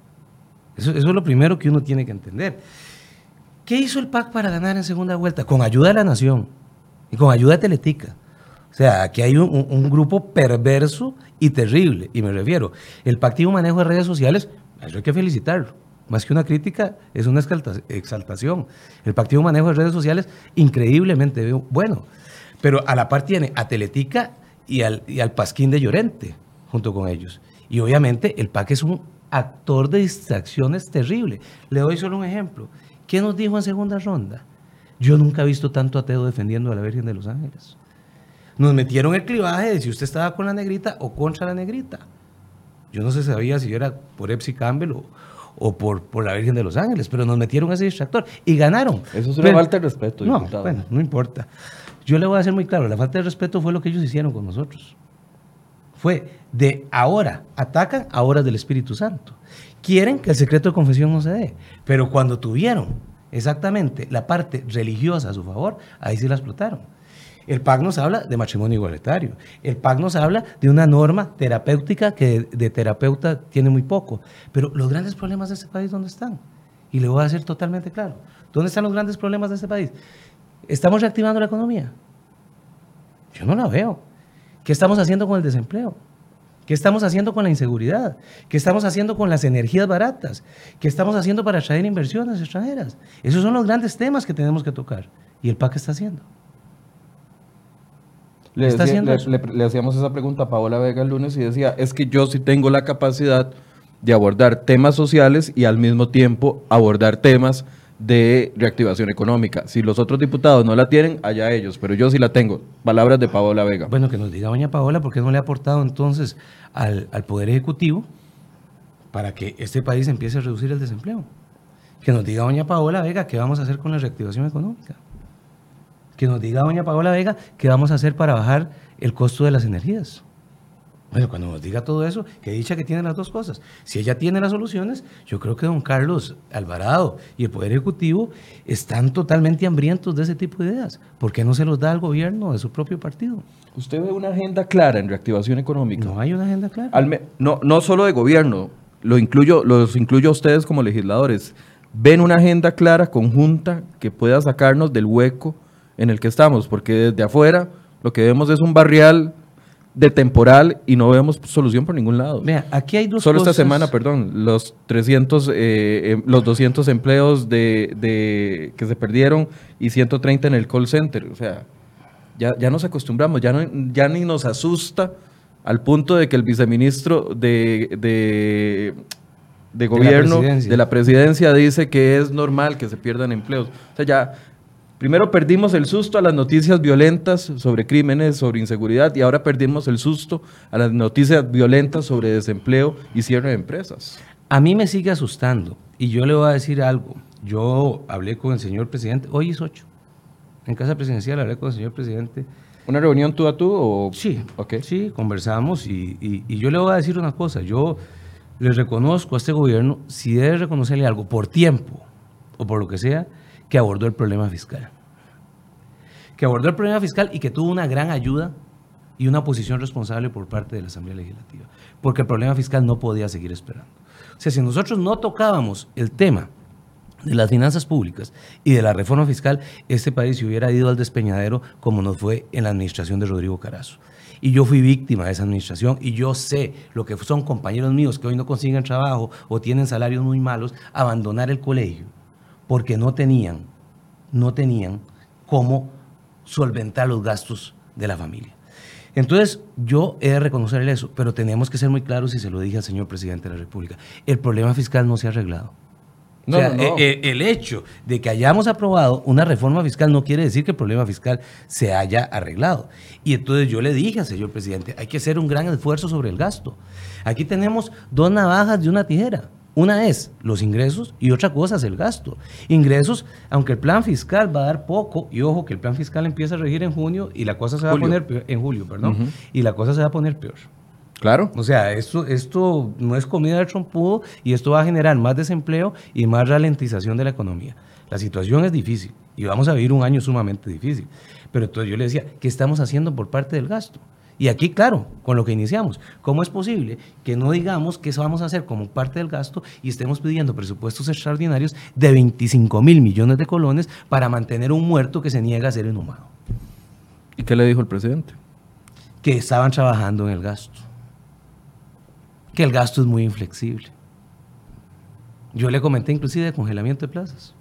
Eso es lo primero que uno tiene que entender. ¿Qué hizo el PAC para ganar en segunda vuelta? Con ayuda de la Nación y con ayuda de Teletica. O sea, aquí hay un grupo perverso y terrible. Y me refiero, el PAC tiene un manejo de redes sociales, eso hay que felicitarlo. Más que una crítica, es una exaltación. El PAC tiene un manejo de redes sociales increíblemente bueno. Pero a la par tiene a Teletica y al Pasquín de Llorente junto con ellos. Y obviamente el PAC es un actor de distracciones terrible. Le doy solo un ejemplo. ¿Qué nos dijo en segunda ronda? Yo nunca he visto tanto ateo defendiendo a la Virgen de los Ángeles. Nos metieron el clivaje de si usted estaba con la negrita o contra la negrita. Yo no se sabía si era por Epsi Campbell o por la Virgen de los Ángeles, pero nos metieron ese distractor y ganaron. Eso es una falta de respeto, diputado. No, bueno, no importa. Yo le voy a hacer muy claro, la falta de respeto fue lo que ellos hicieron con nosotros. Fue de ahora, atacan a horas del Espíritu Santo. Quieren que el secreto de confesión no se dé, pero cuando tuvieron exactamente la parte religiosa a su favor, ahí sí la explotaron. El PAC nos habla de matrimonio igualitario. El PAC nos habla de una norma terapéutica que de terapeuta tiene muy poco. Pero los grandes problemas de este país, ¿dónde están? Y le voy a decir totalmente claro. ¿Dónde están los grandes problemas de este país? ¿Estamos reactivando la economía? Yo no la veo. ¿Qué estamos haciendo con el desempleo? ¿Qué estamos haciendo con la inseguridad? ¿Qué estamos haciendo con las energías baratas? ¿Qué estamos haciendo para atraer inversiones extranjeras? Esos son los grandes temas que tenemos que tocar. ¿Y el PAC qué está haciendo? Le hacíamos esa pregunta a Paola Vega el lunes y decía, es que yo sí tengo la capacidad de abordar temas sociales y al mismo tiempo abordar temas de reactivación económica. Si los otros diputados no la tienen, allá ellos, pero yo sí la tengo. Palabras de Paola Vega. Bueno, que nos diga doña Paola por qué no le ha aportado entonces al Poder Ejecutivo para que este país empiece a reducir el desempleo. Que nos diga doña Paola Vega qué vamos a hacer con la reactivación económica. Que nos diga doña Paola Vega qué vamos a hacer para bajar el costo de las energías. Bueno, cuando nos diga todo eso, que dicha que tiene las dos cosas. Si ella tiene las soluciones, yo creo que don Carlos Alvarado y el Poder Ejecutivo están totalmente hambrientos de ese tipo de ideas. ¿Por qué no se los da al gobierno de su propio partido? ¿Usted ve una agenda clara en reactivación económica? No hay una agenda clara. No solo de gobierno, los incluyo a ustedes como legisladores. ¿Ven una agenda clara, conjunta, que pueda sacarnos del hueco en el que estamos? Porque desde afuera lo que vemos es un barrial de temporal y no vemos solución por ningún lado. Vea, aquí hay dos Solo cosas. Esta semana, los 200 empleos que se perdieron y 130 en el call center. O sea, ya nos acostumbramos, ya ni nos asusta al punto de que el viceministro de gobierno de la presidencia dice que es normal que se pierdan empleos. O sea, ya primero perdimos el susto a las noticias violentas sobre crímenes, sobre inseguridad, y ahora perdimos el susto a las noticias violentas sobre desempleo y cierre de empresas. A mí me sigue asustando, y yo le voy a decir algo. Yo hablé con el señor presidente, hoy es 8, en Casa Presidencial hablé con el señor presidente. ¿Una reunión tú a tú? O? Sí, okay. Sí, conversamos, y yo le voy a decir una cosa. Yo le reconozco a este gobierno, si debe reconocerle algo por tiempo o por lo que sea, que abordó el problema fiscal. Que abordó el problema fiscal y que tuvo una gran ayuda y una posición responsable por parte de la Asamblea Legislativa. Porque el problema fiscal no podía seguir esperando. O sea, si nosotros no tocábamos el tema de las finanzas públicas y de la reforma fiscal, este país se hubiera ido al despeñadero como nos fue en la administración de Rodrigo Carazo. Y yo fui víctima de esa administración y yo sé lo que son compañeros míos que hoy no consiguen trabajo o tienen salarios muy malos, abandonar el colegio porque no tenían cómo solventar los gastos de la familia. Entonces, yo he de reconocerle eso, pero tenemos que ser muy claros, y se lo dije al señor presidente de la República, el problema fiscal no se ha arreglado. No. El hecho de que hayamos aprobado una reforma fiscal no quiere decir que el problema fiscal se haya arreglado. Y entonces yo le dije al señor presidente, hay que hacer un gran esfuerzo sobre el gasto. Aquí tenemos dos navajas de una tijera. Una es los ingresos y otra cosa es el gasto. Ingresos, aunque el plan fiscal va a dar poco, y ojo que el plan fiscal empieza a regir en junio y la cosa se va a poner peor, en julio, perdón, y la cosa se va a poner peor. Claro. O sea, esto no es comida de trompudo y esto va a generar más desempleo y más ralentización de la economía. La situación es difícil y vamos a vivir un año sumamente difícil. Pero entonces yo le decía, ¿qué estamos haciendo por parte del gasto? Y aquí, claro, con lo que iniciamos, ¿cómo es posible que no digamos que eso vamos a hacer como parte del gasto y estemos pidiendo presupuestos extraordinarios de 25.000 millones de colones para mantener un muerto que se niega a ser inhumado? ¿Y qué le dijo el presidente? Que estaban trabajando en el gasto, que el gasto es muy inflexible. Yo le comenté inclusive de congelamiento de plazas.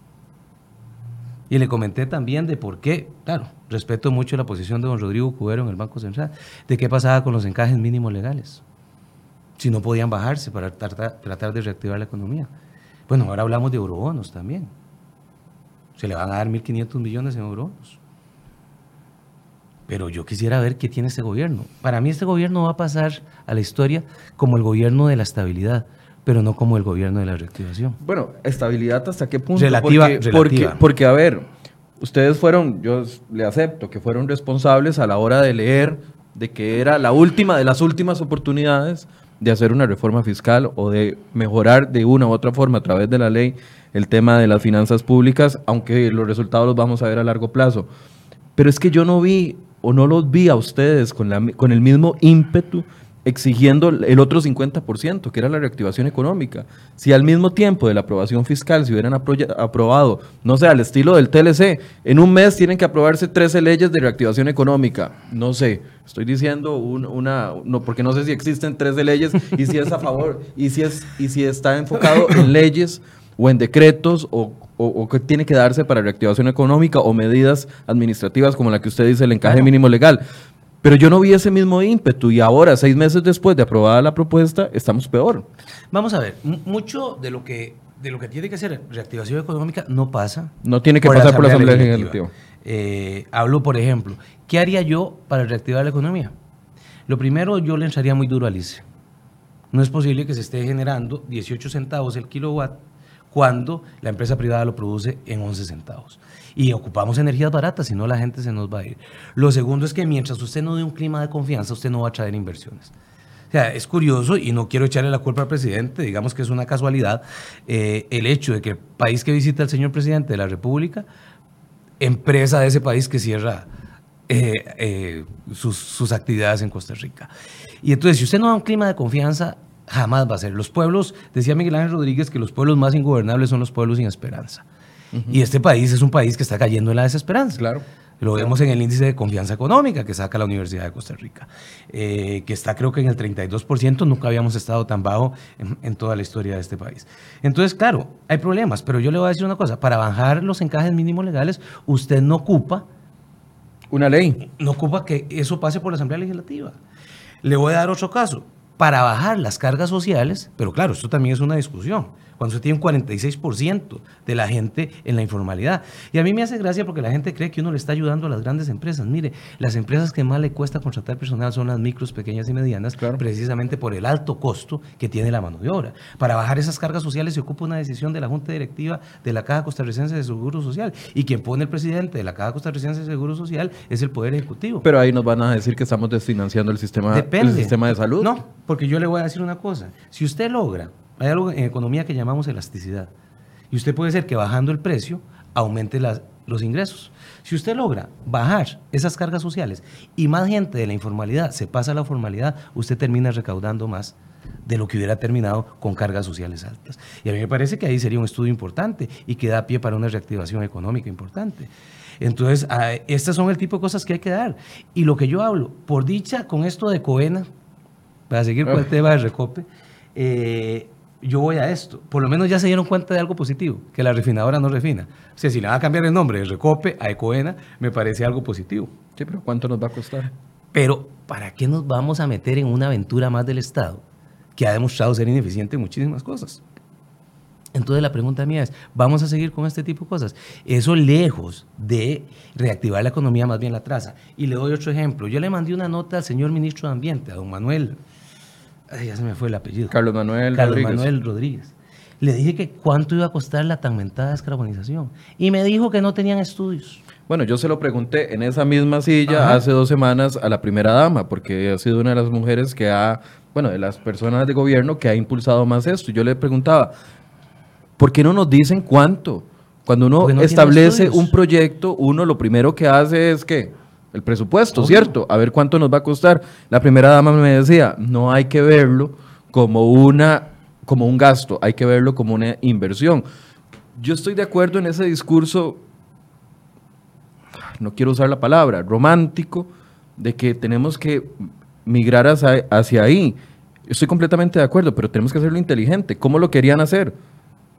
Y le comenté también de por qué, claro, respeto mucho la posición de don Rodrigo Cubero en el Banco Central, de qué pasaba con los encajes mínimos legales, si no podían bajarse para tratar de reactivar la economía. Bueno, ahora hablamos de eurobonos también. Se le van a dar 1.500 millones en eurobonos. Pero yo quisiera ver qué tiene este gobierno. Para mí este gobierno va a pasar a la historia como el gobierno de la estabilidad, pero no como el gobierno de la reactivación. Bueno, estabilidad hasta qué punto. Relativa. Porque, a ver, ustedes fueron, yo le acepto, que fueron responsables a la hora de leer de que era la última de las últimas oportunidades de hacer una reforma fiscal o de mejorar de una u otra forma a través de la ley el tema de las finanzas públicas, aunque los resultados los vamos a ver a largo plazo. Pero es que yo no vi o no los vi a ustedes con el mismo ímpetu exigiendo el otro 50%, que era la reactivación económica. Si al mismo tiempo de la aprobación fiscal se hubieran aprobado, no sé, al estilo del TLC, en un mes tienen que aprobarse 13 leyes de reactivación económica. No sé, estoy diciendo no, porque no sé si existen 13 leyes y si es a favor, y si está enfocado en leyes o en decretos o que tiene que darse para reactivación económica o medidas administrativas como la que usted dice, el encaje mínimo legal. Pero yo no vi ese mismo ímpetu y ahora, 6 meses después de aprobada la propuesta, estamos peor. Vamos a ver, mucho de lo que tiene que ser reactivación económica no pasa. No tiene que pasar por la Asamblea Legislativa. Hablo, por ejemplo, ¿qué haría yo para reactivar la economía? Lo primero, yo le entraría muy duro al ICE. No es posible que se esté generando 18 centavos el kilowatt cuando la empresa privada lo produce en 11 centavos. Y ocupamos energías baratas, si no la gente se nos va a ir. Lo segundo es que mientras usted no dé un clima de confianza, usted no va a traer inversiones. O sea, es curioso, y no quiero echarle la culpa al presidente, digamos que es una casualidad, el hecho de que el país que visita el señor presidente de la República, empresa de ese país que cierra sus actividades en Costa Rica. Y entonces, si usted no da un clima de confianza, jamás va a ser. Los pueblos, decía Miguel Ángel Rodríguez, que los pueblos más ingobernables son los pueblos sin esperanza. Y este país es un país que está cayendo en la desesperanza. Claro. Lo vemos en el índice de confianza económica que saca la Universidad de Costa Rica, que está creo que en el 32%, nunca habíamos estado tan bajo en toda la historia de este país. Entonces, claro, hay problemas, pero yo le voy a decir una cosa, para bajar los encajes mínimos legales, usted no ocupa una ley. No ocupa que eso pase por la Asamblea Legislativa. Le voy a dar otro caso. Para bajar las cargas sociales, pero claro, esto también es una discusión, cuando se tiene un 46% de la gente en la informalidad. Y a mí me hace gracia porque la gente cree que uno le está ayudando a las grandes empresas. Mire, las empresas que más le cuesta contratar personal son las micros, pequeñas y medianas, claro, precisamente por el alto costo que tiene la mano de obra. Para bajar esas cargas sociales se ocupa una decisión de la Junta Directiva de la Caja Costarricense de Seguro Social, y quien pone el presidente de la Caja Costarricense de Seguro Social es el Poder Ejecutivo. Pero ahí nos van a decir que estamos desfinanciando el sistema de salud. No, porque yo le voy a decir una cosa. Si usted logra, hay algo en economía que llamamos elasticidad, y usted puede ser que bajando el precio aumente los ingresos. Si usted logra bajar esas cargas sociales y más gente de la informalidad se pasa a la formalidad, usted termina recaudando más de lo que hubiera terminado con cargas sociales altas. Y a mí me parece que ahí sería un estudio importante y que da pie para una reactivación económica importante. Entonces, estas son el tipo de cosas que hay que dar. Y lo que yo hablo, por dicha, con esto de Coena, para seguir con el tema del Recope, yo voy a esto. Por lo menos ya se dieron cuenta de algo positivo, que la refinadora no refina. O sea, si le va a cambiar el nombre de Recope a Ecoena, me parece algo positivo. Sí, pero ¿cuánto nos va a costar? Pero, ¿para qué nos vamos a meter en una aventura más del Estado que ha demostrado ser ineficiente en muchísimas cosas? Entonces la pregunta mía es, ¿vamos a seguir con este tipo de cosas? Eso, lejos de reactivar la economía, más bien la atrasa. Y le doy otro ejemplo. Yo le mandé una nota al señor ministro de Ambiente, a don Manuel, ya se me fue el apellido. Carlos Manuel Rodríguez. Le dije que cuánto iba a costar la tan mentada descarbonización. Y me dijo que no tenían estudios. Bueno, yo se lo pregunté en esa misma silla hace 2 semanas a la primera dama, porque ha sido una de las mujeres que de las personas de gobierno que ha impulsado más esto. Yo le preguntaba, ¿por qué no nos dicen cuánto? Cuando uno establece un proyecto, uno lo primero que hace es ¿qué? El presupuesto, ¿cierto? A ver cuánto nos va a costar. La primera dama me decía, no hay que verlo como un gasto, hay que verlo como una inversión. Yo estoy de acuerdo en ese discurso, no quiero usar la palabra, romántico, de que tenemos que migrar hacia ahí. Estoy completamente de acuerdo, pero tenemos que hacerlo inteligente. ¿Cómo lo querían hacer?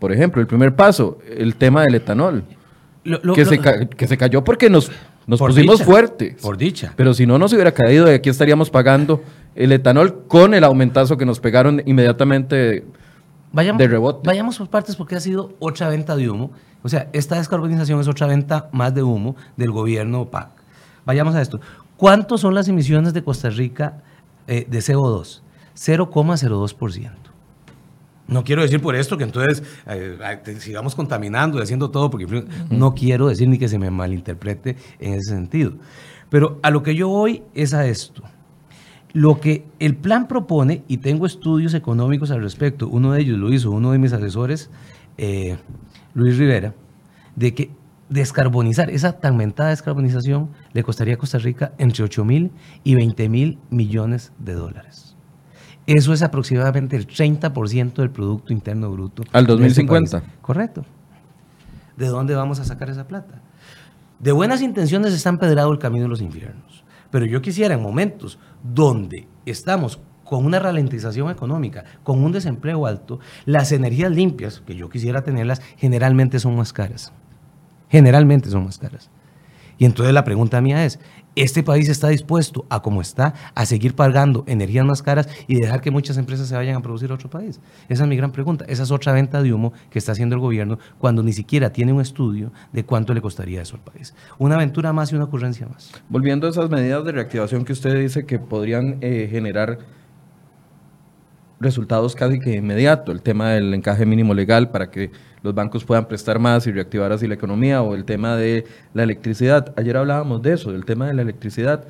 por ejemplo, el primer paso, el tema del etanol, que se cayó porque nos pusimos fuertes. Por dicha. Pero si no nos hubiera caído, de aquí estaríamos pagando el etanol con el aumentazo que nos pegaron inmediatamente de rebote. Vayamos por partes porque ha sido otra venta de humo. O sea, esta descarbonización es otra venta más de humo del gobierno PAC. Vayamos a esto. ¿Cuántos son las emisiones de Costa Rica de CO2? 0,02%. No quiero decir por esto que entonces sigamos contaminando y haciendo todo, porque no quiero decir ni que se me malinterprete en ese sentido. Pero a lo que yo voy es a esto. Lo que el plan propone, y tengo estudios económicos al respecto, uno de ellos lo hizo uno de mis asesores, Luis Rivera, de que descarbonizar, esa tan mentada descarbonización, le costaría a Costa Rica entre 8.000 y 20.000 millones de dólares. Eso es aproximadamente el 30% del Producto Interno Bruto. Al 2050. Correcto. ¿De dónde vamos a sacar esa plata? De buenas intenciones está empedrado el camino de los infiernos. Pero yo quisiera, en momentos donde estamos con una ralentización económica, con un desempleo alto, las energías limpias, que yo quisiera tenerlas, generalmente son más caras. Generalmente son más caras. Y entonces la pregunta mía es, ¿este país está dispuesto a, como está, a seguir pagando energías más caras y dejar que muchas empresas se vayan a producir a otro país? Esa es mi gran pregunta. Esa es otra venta de humo que está haciendo el gobierno cuando ni siquiera tiene un estudio de cuánto le costaría eso al país. Una aventura más y una ocurrencia más. Volviendo a esas medidas de reactivación que usted dice que podrían generar resultados casi que inmediato, el tema del encaje mínimo legal para que los bancos puedan prestar más y reactivar así la economía, o el tema de la electricidad. Ayer hablábamos de eso, del tema de la electricidad.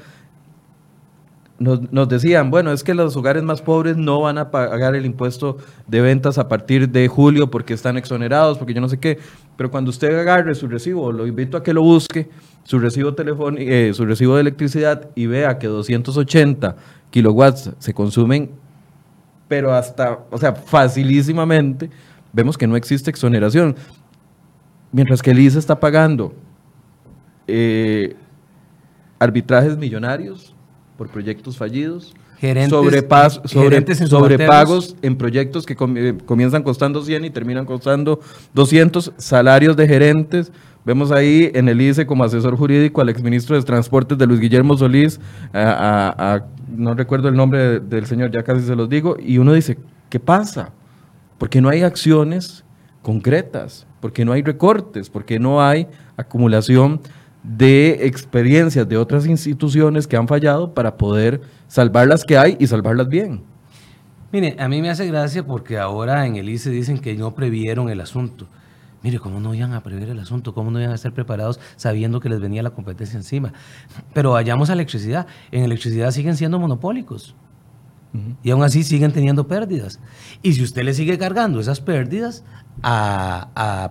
Nos decían, bueno, es que los hogares más pobres no van a pagar el impuesto de ventas a partir de julio porque están exonerados, porque yo no sé qué, pero cuando usted agarre su recibo, lo invito a que lo busque, su recibo su recibo de electricidad, y vea que 280 kilowatts se consumen, pero hasta, o sea, facilísimamente, vemos que no existe exoneración. Mientras que el ICE está pagando arbitrajes millonarios por proyectos fallidos, sobrepagos en proyectos que comienzan costando 100 y terminan costando 200, salarios de gerentes. Vemos ahí en el ICE como asesor jurídico al exministro de Transportes de Luis Guillermo Solís, no recuerdo el nombre del señor, ya casi se los digo, y uno dice, ¿qué pasa? Porque no hay acciones concretas, porque no hay recortes, porque no hay acumulación de experiencias de otras instituciones que han fallado para poder salvar las que hay y salvarlas bien. Mire, a mí me hace gracia porque ahora en el ICE dicen que no previeron el asunto. Mire, ¿cómo no iban a prever el asunto? ¿Cómo no iban a estar preparados sabiendo que les venía la competencia encima? Pero vayamos a electricidad. En electricidad siguen siendo monopólicos. Y aún así siguen teniendo pérdidas. Y si usted le sigue cargando esas pérdidas a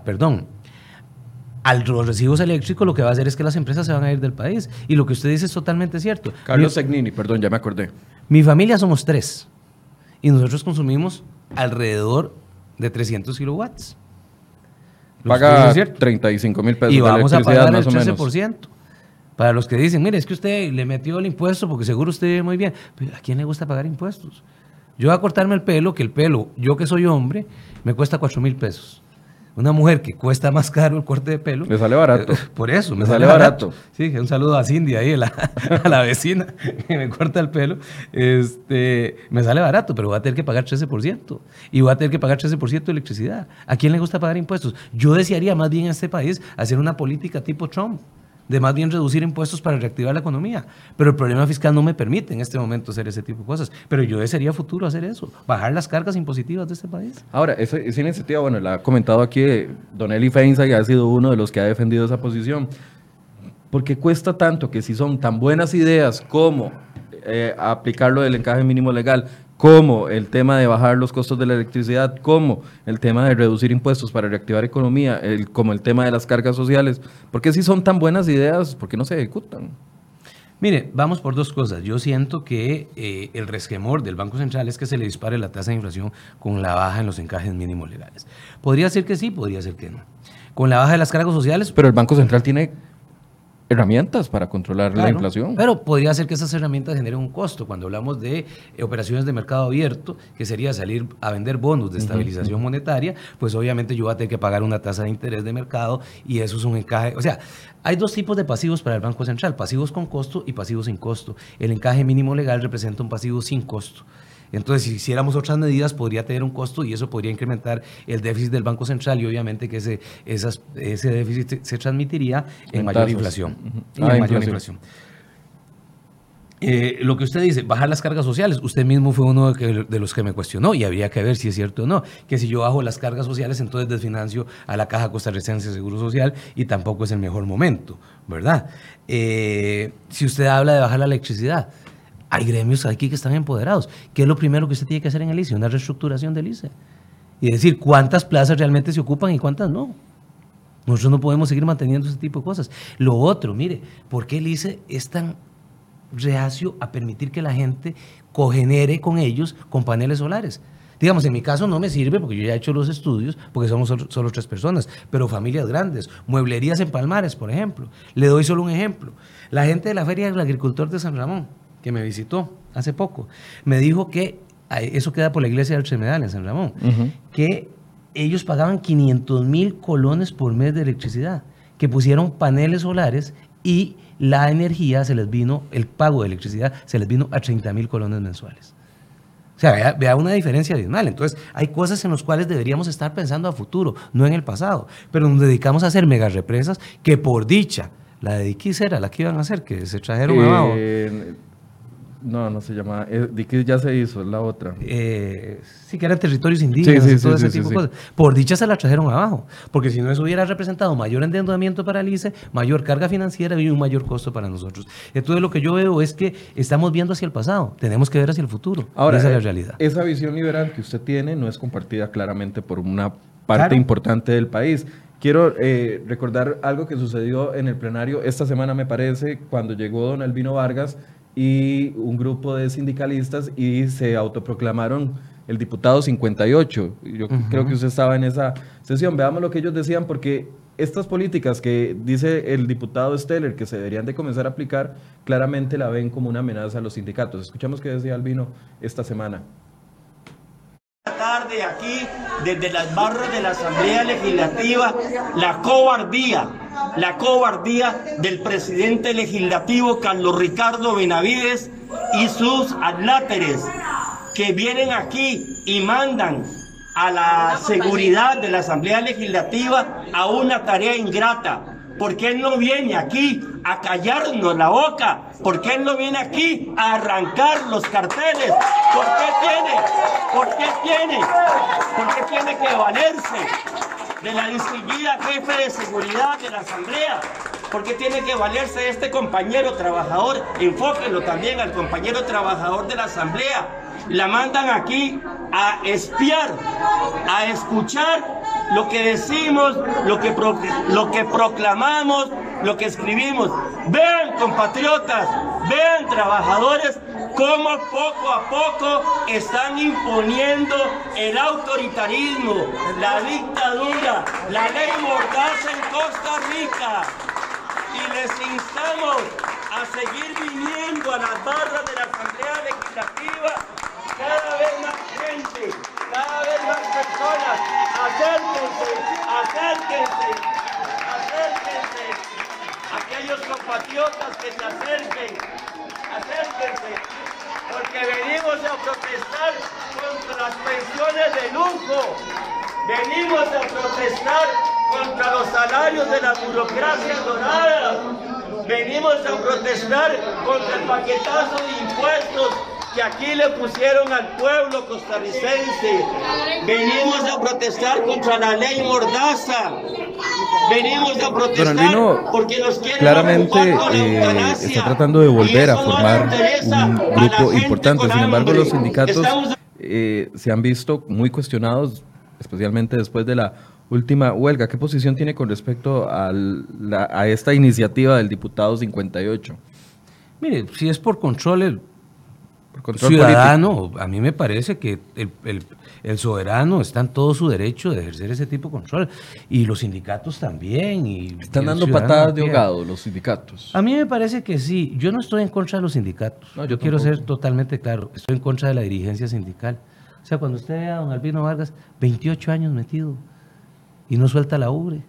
los recibos eléctricos, lo que va a hacer es que las empresas se van a ir del país. Y lo que usted dice es totalmente cierto. Carlos Segnini, perdón, ya me acordé. Mi familia somos 3. Y nosotros consumimos alrededor de 300 kilowatts. Paga 35,000 pesos y vamos de electricidad, a pagar más el 13%. o menos. Para los que dicen, mire, es que usted le metió el impuesto porque seguro usted vive muy bien. Pero ¿a quién le gusta pagar impuestos? Yo voy a cortarme el pelo, que el pelo, yo que soy hombre, me cuesta 4,000 pesos. Una mujer que cuesta más caro el corte de pelo. Me sale barato. Por eso, me sale barato. Sí, un saludo a Cindy ahí, a la vecina que me corta el pelo. Me sale barato, pero voy a tener que pagar 13%. Y voy a tener que pagar 13% de electricidad. ¿A quién le gusta pagar impuestos? Yo desearía más bien en este país hacer una política tipo Trump, de más bien reducir impuestos para reactivar la economía. Pero el problema fiscal no me permite en este momento hacer ese tipo de cosas. Pero yo desearía futuro hacer eso, bajar las cargas impositivas de este país. Ahora, esa iniciativa, bueno, la ha comentado aquí don Eli Feinza, y ha sido uno de los que ha defendido esa posición. ¿Por qué cuesta tanto que si son tan buenas ideas como aplicar lo del encaje mínimo legal, como el tema de bajar los costos de la electricidad, como el tema de reducir impuestos para reactivar economía, como el tema de las cargas sociales? ¿Por qué si son tan buenas ideas, por qué no se ejecutan? Mire, vamos por dos cosas. Yo siento que el resquemor del Banco Central es que se le dispare la tasa de inflación con la baja en los encajes mínimos legales. Podría ser que sí, podría ser que no. Con la baja de las cargas sociales... Pero el Banco Central tiene herramientas para controlar la inflación. Pero podría ser que esas herramientas generen un costo. Cuando hablamos de operaciones de mercado abierto, que sería salir a vender bonos de estabilización monetaria, pues obviamente yo voy a tener que pagar una tasa de interés de mercado y eso es un encaje. O sea, hay dos tipos de pasivos para el Banco Central, pasivos con costo y pasivos sin costo. El encaje mínimo legal representa un pasivo sin costo. Entonces, si hiciéramos otras medidas, podría tener un costo y eso podría incrementar el déficit del Banco Central y obviamente que ese déficit se transmitiría en mayor inflación. Lo que usted dice, bajar las cargas sociales, usted mismo fue uno de los que me cuestionó y habría que ver si es cierto o no, que si yo bajo las cargas sociales, entonces desfinancio a la Caja Costarricense de Seguro Social y tampoco es el mejor momento, ¿verdad? Si usted habla de bajar la electricidad, hay gremios aquí que están empoderados. ¿Qué es lo primero que usted tiene que hacer en el ICE? Una reestructuración del ICE. Y decir cuántas plazas realmente se ocupan y cuántas no. Nosotros no podemos seguir manteniendo ese tipo de cosas. Lo otro, mire, ¿por qué el ICE es tan reacio a permitir que la gente cogenere con ellos con paneles solares? Digamos, en mi caso no me sirve porque yo ya he hecho los estudios, porque somos solo 3 personas, pero familias grandes, mueblerías en Palmares, por ejemplo. Le doy solo un ejemplo. La gente de la Feria del Agricultor de San Ramón, que me visitó hace poco, me dijo que, eso queda por la iglesia del Tremedal en San Ramón, que ellos pagaban 500,000 colones por mes de electricidad, que pusieron paneles solares y la energía se les vino, el pago de electricidad se les vino a 30,000 colones mensuales. O sea, vea una diferencia abismal. Entonces, hay cosas en las cuales deberíamos estar pensando a futuro, no en el pasado, pero nos dedicamos a hacer mega represas que por dicha, la de Diquís era la que iban a hacer, que se trajeron abajo. No se llama. Diquís ya se hizo, es la otra. Sí, que eran territorios indígenas y todo ese tipo de cosas. Por dicha se la trajeron abajo, porque si no eso hubiera representado mayor endeudamiento para el ICE, mayor carga financiera y un mayor costo para nosotros. Entonces lo que yo veo es que estamos viendo hacia el pasado, tenemos que ver hacia el futuro. Ahora, esa es la realidad. Esa visión liberal que usted tiene no es compartida claramente por una parte importante del país. Quiero recordar algo que sucedió en el plenario esta semana, me parece, cuando llegó don Albino Vargas y un grupo de sindicalistas y se autoproclamaron el diputado 58. Yo creo que usted estaba en esa sesión. Veamos lo que ellos decían, porque estas políticas que dice el diputado Steller que se deberían de comenzar a aplicar, claramente la ven como una amenaza a los sindicatos. Escuchamos qué decía Albino esta semana. Tarde aquí, desde las barras de la Asamblea Legislativa, la cobardía del presidente legislativo Carlos Ricardo Benavides y sus adláteres que vienen aquí y mandan a la seguridad de la Asamblea Legislativa a una tarea ingrata. ¿Por qué él no viene aquí a callarnos la boca? ¿Por qué él no viene aquí a arrancar los carteles? ¿Por qué tiene que valerse de la distinguida jefe de seguridad de la Asamblea? ¿Por qué tiene que valerse de este compañero trabajador? Enfóquenlo también al compañero trabajador de la Asamblea. La mandan aquí a espiar, a escuchar lo que decimos, lo que proclamamos, lo que escribimos. Vean, compatriotas, vean, trabajadores, cómo poco a poco están imponiendo el autoritarismo, la dictadura, la ley mordaza en Costa Rica. Y les instamos a seguir viniendo a las barras de la Asamblea Legislativa, cada vez más gente, cada vez más personas. Acérquense. Aquellos compatriotas que se acérquense, porque venimos a protestar contra las pensiones de lujo, venimos a protestar contra los salarios de las burocracias doradas, venimos a protestar contra el paquetazo de impuestos que aquí le pusieron al pueblo costarricense. Venimos a protestar contra la ley mordaza. Venimos a protestar porque nos quieren claramente está tratando de volver a formar un grupo importante. Sin embargo, los sindicatos se han visto muy cuestionados, especialmente después de la última huelga. ¿Qué posición tiene con respecto a esta iniciativa del diputado 58? Mire, si es por control, por control ciudadano, político. a mí me parece que el soberano está en todo su derecho de ejercer ese tipo de control. Y los sindicatos también. Están y dando patadas de ahogado los sindicatos. A mí me parece que sí. Yo no estoy en contra de los sindicatos. No, yo quiero ser totalmente claro. Estoy en contra de la dirigencia sindical. O sea, cuando usted ve a don Albino Vargas, 28 años metido y no suelta la ubre.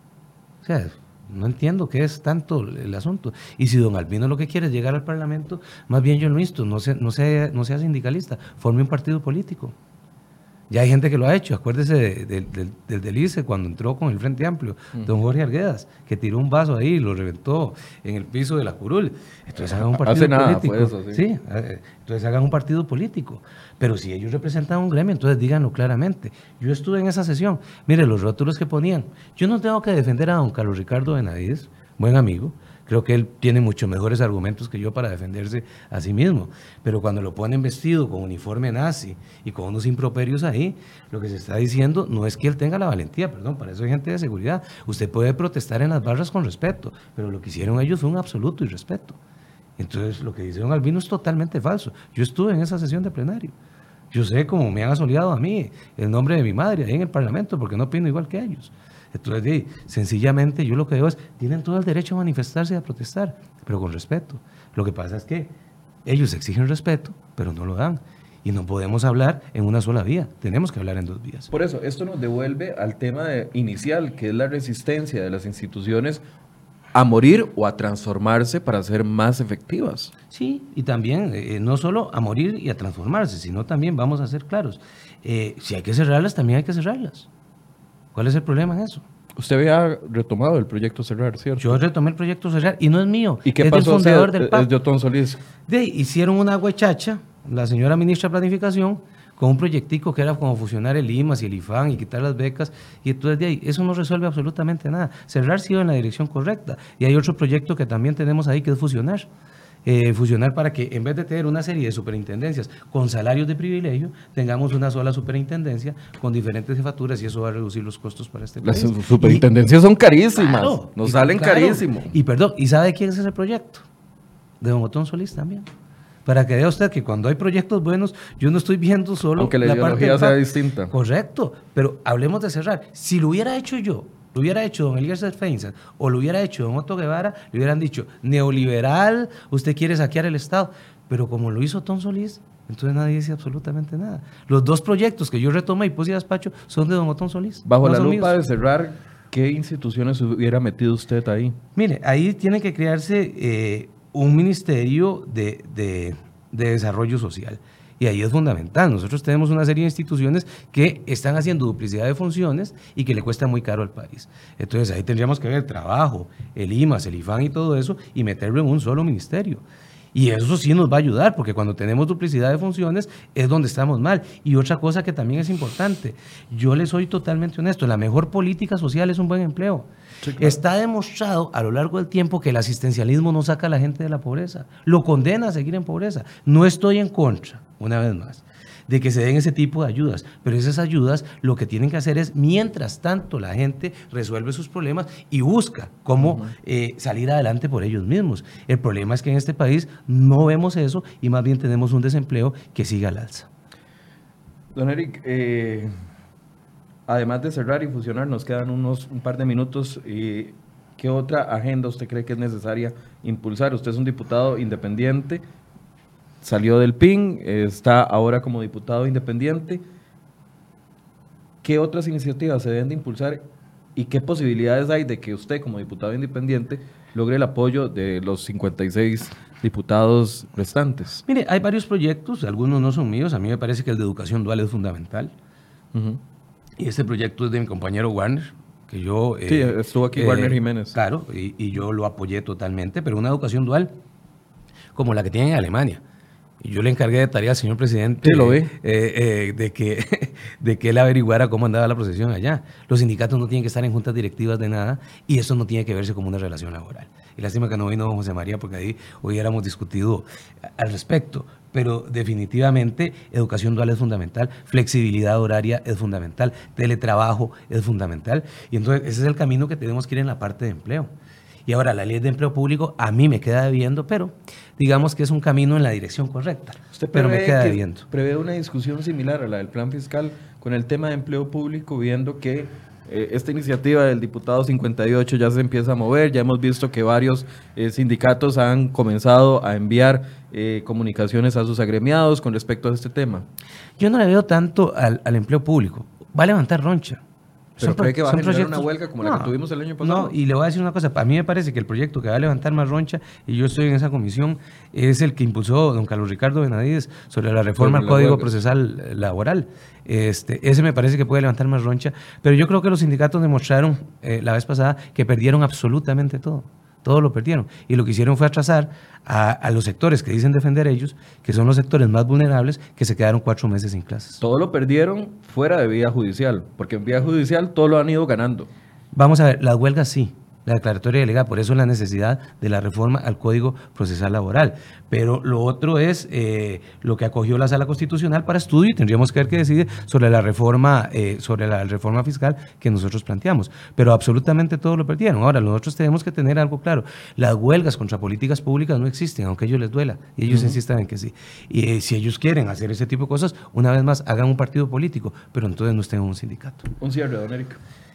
O sea, no entiendo qué es tanto el asunto. Y si don Albino lo que quiere es llegar al Parlamento, más bien yo lo insto, no sea sindicalista, forme un partido político. Ya hay gente que lo ha hecho. Acuérdese del Delice cuando entró con el Frente Amplio, don Jorge Arguedas, que tiró un vaso ahí y lo reventó en el piso de la curul. Entonces hagan un partido político. Fue eso, sí. Entonces hagan un partido político. Pero si ellos representan un gremio, entonces díganlo claramente. Yo estuve en esa sesión. Mire, los rótulos que ponían. Yo no tengo que defender a don Carlos Ricardo Benavides, buen amigo. Creo que él tiene muchos mejores argumentos que yo para defenderse a sí mismo. Pero cuando lo ponen vestido con uniforme nazi y con unos improperios ahí, lo que se está diciendo no es que él tenga la valentía, perdón, para eso hay gente de seguridad. Usted puede protestar en las barras con respeto, pero lo que hicieron ellos fue un absoluto irrespeto. Entonces, lo que dice don Albino es totalmente falso. Yo estuve en esa sesión de plenario. Yo sé cómo me han asoleado a mí el nombre de mi madre ahí en el Parlamento, porque no opino igual que ellos. Entonces, sencillamente, yo lo que digo es, tienen todo el derecho a manifestarse y a protestar, pero con respeto. Lo que pasa es que ellos exigen respeto, pero no lo dan. Y no podemos hablar en una sola vía, tenemos que hablar en dos vías. Por eso, esto nos devuelve al tema inicial, que es la resistencia de las instituciones a morir o a transformarse para ser más efectivas. Sí, y también, no solo a morir y a transformarse, sino también, vamos a ser claros, si hay que cerrarlas, también hay que cerrarlas. ¿Cuál es el problema en eso? Usted había retomado el proyecto Cerrar, ¿cierto? Yo retomé el proyecto Cerrar y no es mío. ¿Y qué es pasó? del fundador del PAC. Es de Otón Solís. Hicieron una huechacha, la señora ministra de Planificación, con un proyectico que era como fusionar el IMAS y el IFAN y quitar las becas. Y entonces de ahí, eso no resuelve absolutamente nada. Cerrar sí iba en la dirección correcta. Y hay otro proyecto que también tenemos ahí que es fusionar. Fusionar para que en vez de tener una serie de superintendencias con salarios de privilegio, tengamos una sola superintendencia con diferentes jefaturas y eso va a reducir los costos para este país. Las superintendencias son carísimas, claro, nos salen carísimo. Y perdón, ¿y sabe quién es ese proyecto? De don Otón Solís también. Para que vea usted que cuando hay proyectos buenos, yo no estoy viendo solo aunque la ideología sea distinta. Correcto, pero hablemos de cerrar. Si lo hubiera hecho yo, lo hubiera hecho don Eliezer Feinsack o lo hubiera hecho don Otto Guevara, le hubieran dicho, neoliberal, usted quiere saquear el Estado. Pero como lo hizo Otón Solís, entonces nadie dice absolutamente nada. Los dos proyectos que yo retomé y puse a despacho son de don Otón Solís. Bajo no la lupa míos. de Cerrar, ¿qué instituciones hubiera metido usted ahí? Mire, ahí tiene que crearse un ministerio de desarrollo social. Y ahí es fundamental. Nosotros tenemos una serie de instituciones que están haciendo duplicidad de funciones y que le cuesta muy caro al país. Entonces ahí tendríamos que ver el trabajo, el IMAS, el IFAN y todo eso y meterlo en un solo ministerio. Y eso sí nos va a ayudar, porque cuando tenemos duplicidad de funciones es donde estamos mal. Y otra cosa que también es importante, yo le soy totalmente honesto, la mejor política social es un buen empleo. Sí, claro. Está demostrado a lo largo del tiempo que el asistencialismo no saca a la gente de la pobreza, lo condena a seguir en pobreza. No estoy en contra, una vez más, de que se den ese tipo de ayudas, pero esas ayudas lo que tienen que hacer es, mientras tanto la gente resuelve sus problemas y busca cómo salir adelante por ellos mismos. El problema es que en este país no vemos eso y más bien tenemos un desempleo que sigue al alza. Don Eric, además de cerrar y fusionar, nos quedan un par de minutos. ¿Qué otra agenda usted cree que es necesaria impulsar? Usted es un diputado independiente, salió del PIN, está ahora como diputado independiente. ¿Qué otras iniciativas se deben de impulsar y qué posibilidades hay de que usted como diputado independiente logre el apoyo de los 56 diputados restantes? Mire, hay varios proyectos, algunos no son míos, a mí me parece que el de educación dual es fundamental. Y este proyecto es de mi compañero Warner, que yo... sí, estuvo aquí Warner Jiménez. Claro, y yo lo apoyé totalmente, pero una educación como la que tienen en Alemania. Y yo le encargué de tarea al señor presidente sí, lo vi. De que él averiguara cómo andaba la procesión allá. Los sindicatos no tienen que estar en juntas directivas de nada y eso no tiene que verse como una relación laboral. Y lástima que no vino don José María porque ahí hubiéramos discutido al respecto. Pero definitivamente educación dual es fundamental, flexibilidad horaria es fundamental, teletrabajo es fundamental. Y entonces ese es el camino que tenemos que ir en la parte de empleo. Y ahora la ley de empleo público a mí me queda debiendo, pero digamos que es un camino en la dirección correcta. Pero me queda debiendo. ¿Prevé una discusión similar a la del plan fiscal con el tema de empleo público, viendo que esta iniciativa del diputado 58 ya se empieza a mover? Ya hemos visto que varios sindicatos han comenzado a enviar comunicaciones a sus agremiados con respecto a este tema. Yo no le veo tanto al empleo público. Va a levantar roncha. ¿Pero cree que va a generar una huelga como la que tuvimos el año pasado? No, y le voy a decir una cosa. A mí me parece que el proyecto que va a levantar más roncha, y yo estoy en esa comisión, es el que impulsó don Carlos Ricardo Benavides sobre la reforma al Código Procesal Laboral. Ese me parece que puede levantar más roncha, pero yo creo que los sindicatos demostraron la vez pasada que perdieron absolutamente todo. Todo lo perdieron. Y lo que hicieron fue atrasar a los sectores que dicen defender ellos, que son los sectores más vulnerables, que se quedaron 4 meses sin clases. Todo lo perdieron fuera de vía judicial, porque en vía judicial todo lo han ido ganando. Vamos a ver, las huelgas sí, la declaratoria delegada, por eso la necesidad de la reforma al Código Procesal Laboral. Pero lo otro es lo que acogió la Sala Constitucional para estudio, y tendríamos que ver qué decide sobre la reforma fiscal que nosotros planteamos. Pero absolutamente todo lo perdieron. Ahora, nosotros tenemos que tener algo claro. Las huelgas contra políticas públicas no existen, aunque a ellos les duela, y ellos insistan en que sí. Y si ellos quieren hacer ese tipo de cosas, una vez más, hagan un partido político, pero entonces no estén en un sindicato. Un cierre, don Eric.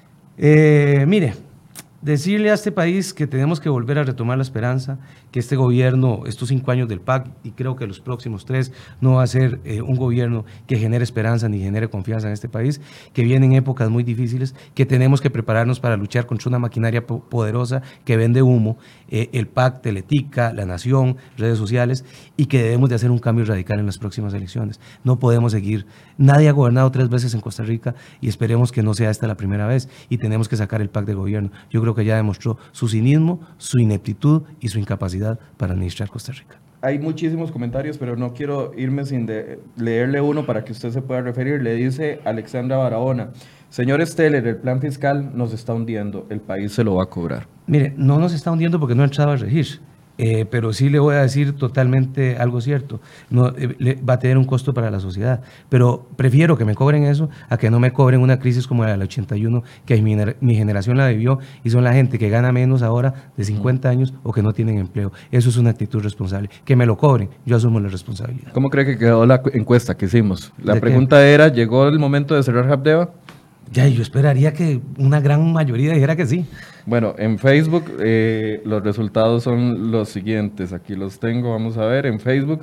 Mire, decirle a este país que tenemos que volver a retomar la esperanza, que este gobierno, estos 5 años del PAC, y creo que los próximos 3, no va a ser un gobierno que genere esperanza ni genere confianza en este país, que vienen épocas muy difíciles, que tenemos que prepararnos para luchar contra una maquinaria poderosa que vende humo, el PAC, Teletica, La Nación, redes sociales, y que debemos de hacer un cambio radical en las próximas elecciones. No podemos seguir. Nadie ha gobernado 3 veces en Costa Rica y esperemos que no sea esta la primera vez, y tenemos que sacar el PAC del gobierno. Yo creo que ya demostró su cinismo, su ineptitud y su incapacidad para administrar Costa Rica. Hay muchísimos comentarios, pero no quiero irme sin leerle uno para que usted se pueda referir. Le dice Alexandra Barahona: señor Steller, el plan fiscal nos está hundiendo, el país se lo va a cobrar. Mire, no nos está hundiendo porque no ha entrado a regir. Pero sí le voy a decir totalmente algo cierto. No, va a tener un costo para la sociedad, pero prefiero que me cobren eso a que no me cobren una crisis como la del 81, que mi generación la vivió, y son la gente que gana menos ahora de 50 años o que no tienen empleo. Eso es una actitud responsable. Que me lo cobren, yo asumo la responsabilidad. ¿Cómo cree que quedó la encuesta que hicimos? La pregunta era: ¿llegó el momento de cerrar Habdeba? Ya, yo esperaría que una gran mayoría dijera que sí. Bueno, en Facebook los resultados son los siguientes. Aquí los tengo, vamos a ver. En Facebook,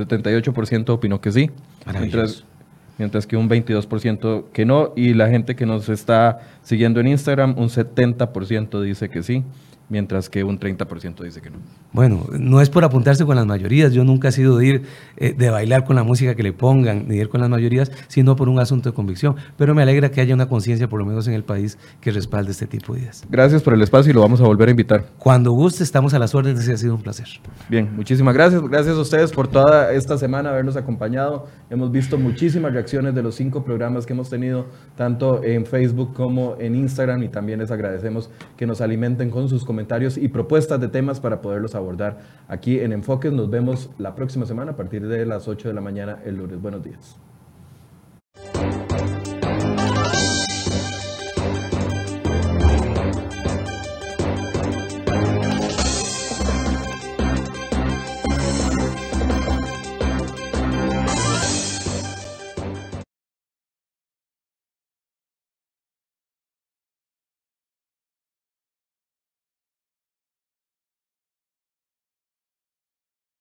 78% opinó que sí, mientras que un 22% que no. Y la gente que nos está siguiendo en Instagram, un 70% dice que sí, mientras que un 30% dice que no. Bueno, no es por apuntarse con las mayorías. Yo nunca he sido de ir, de bailar con la música que le pongan, ni de ir con las mayorías, sino por un asunto de convicción. Pero me alegra que haya una conciencia, por lo menos en el país, que respalde este tipo de ideas. Gracias por el espacio y lo vamos a volver a invitar. Cuando guste, estamos a las órdenes y ha sido un placer. Bien, muchísimas gracias. Gracias a ustedes por toda esta semana habernos acompañado. Hemos visto muchísimas reacciones de los 5 programas que hemos tenido, tanto en Facebook como en Instagram, y también les agradecemos que nos alimenten con sus comentarios y propuestas de temas para poderlos abordar aquí en Enfoques. Nos vemos la próxima semana a partir de las 8 de la mañana el lunes. Buenos días.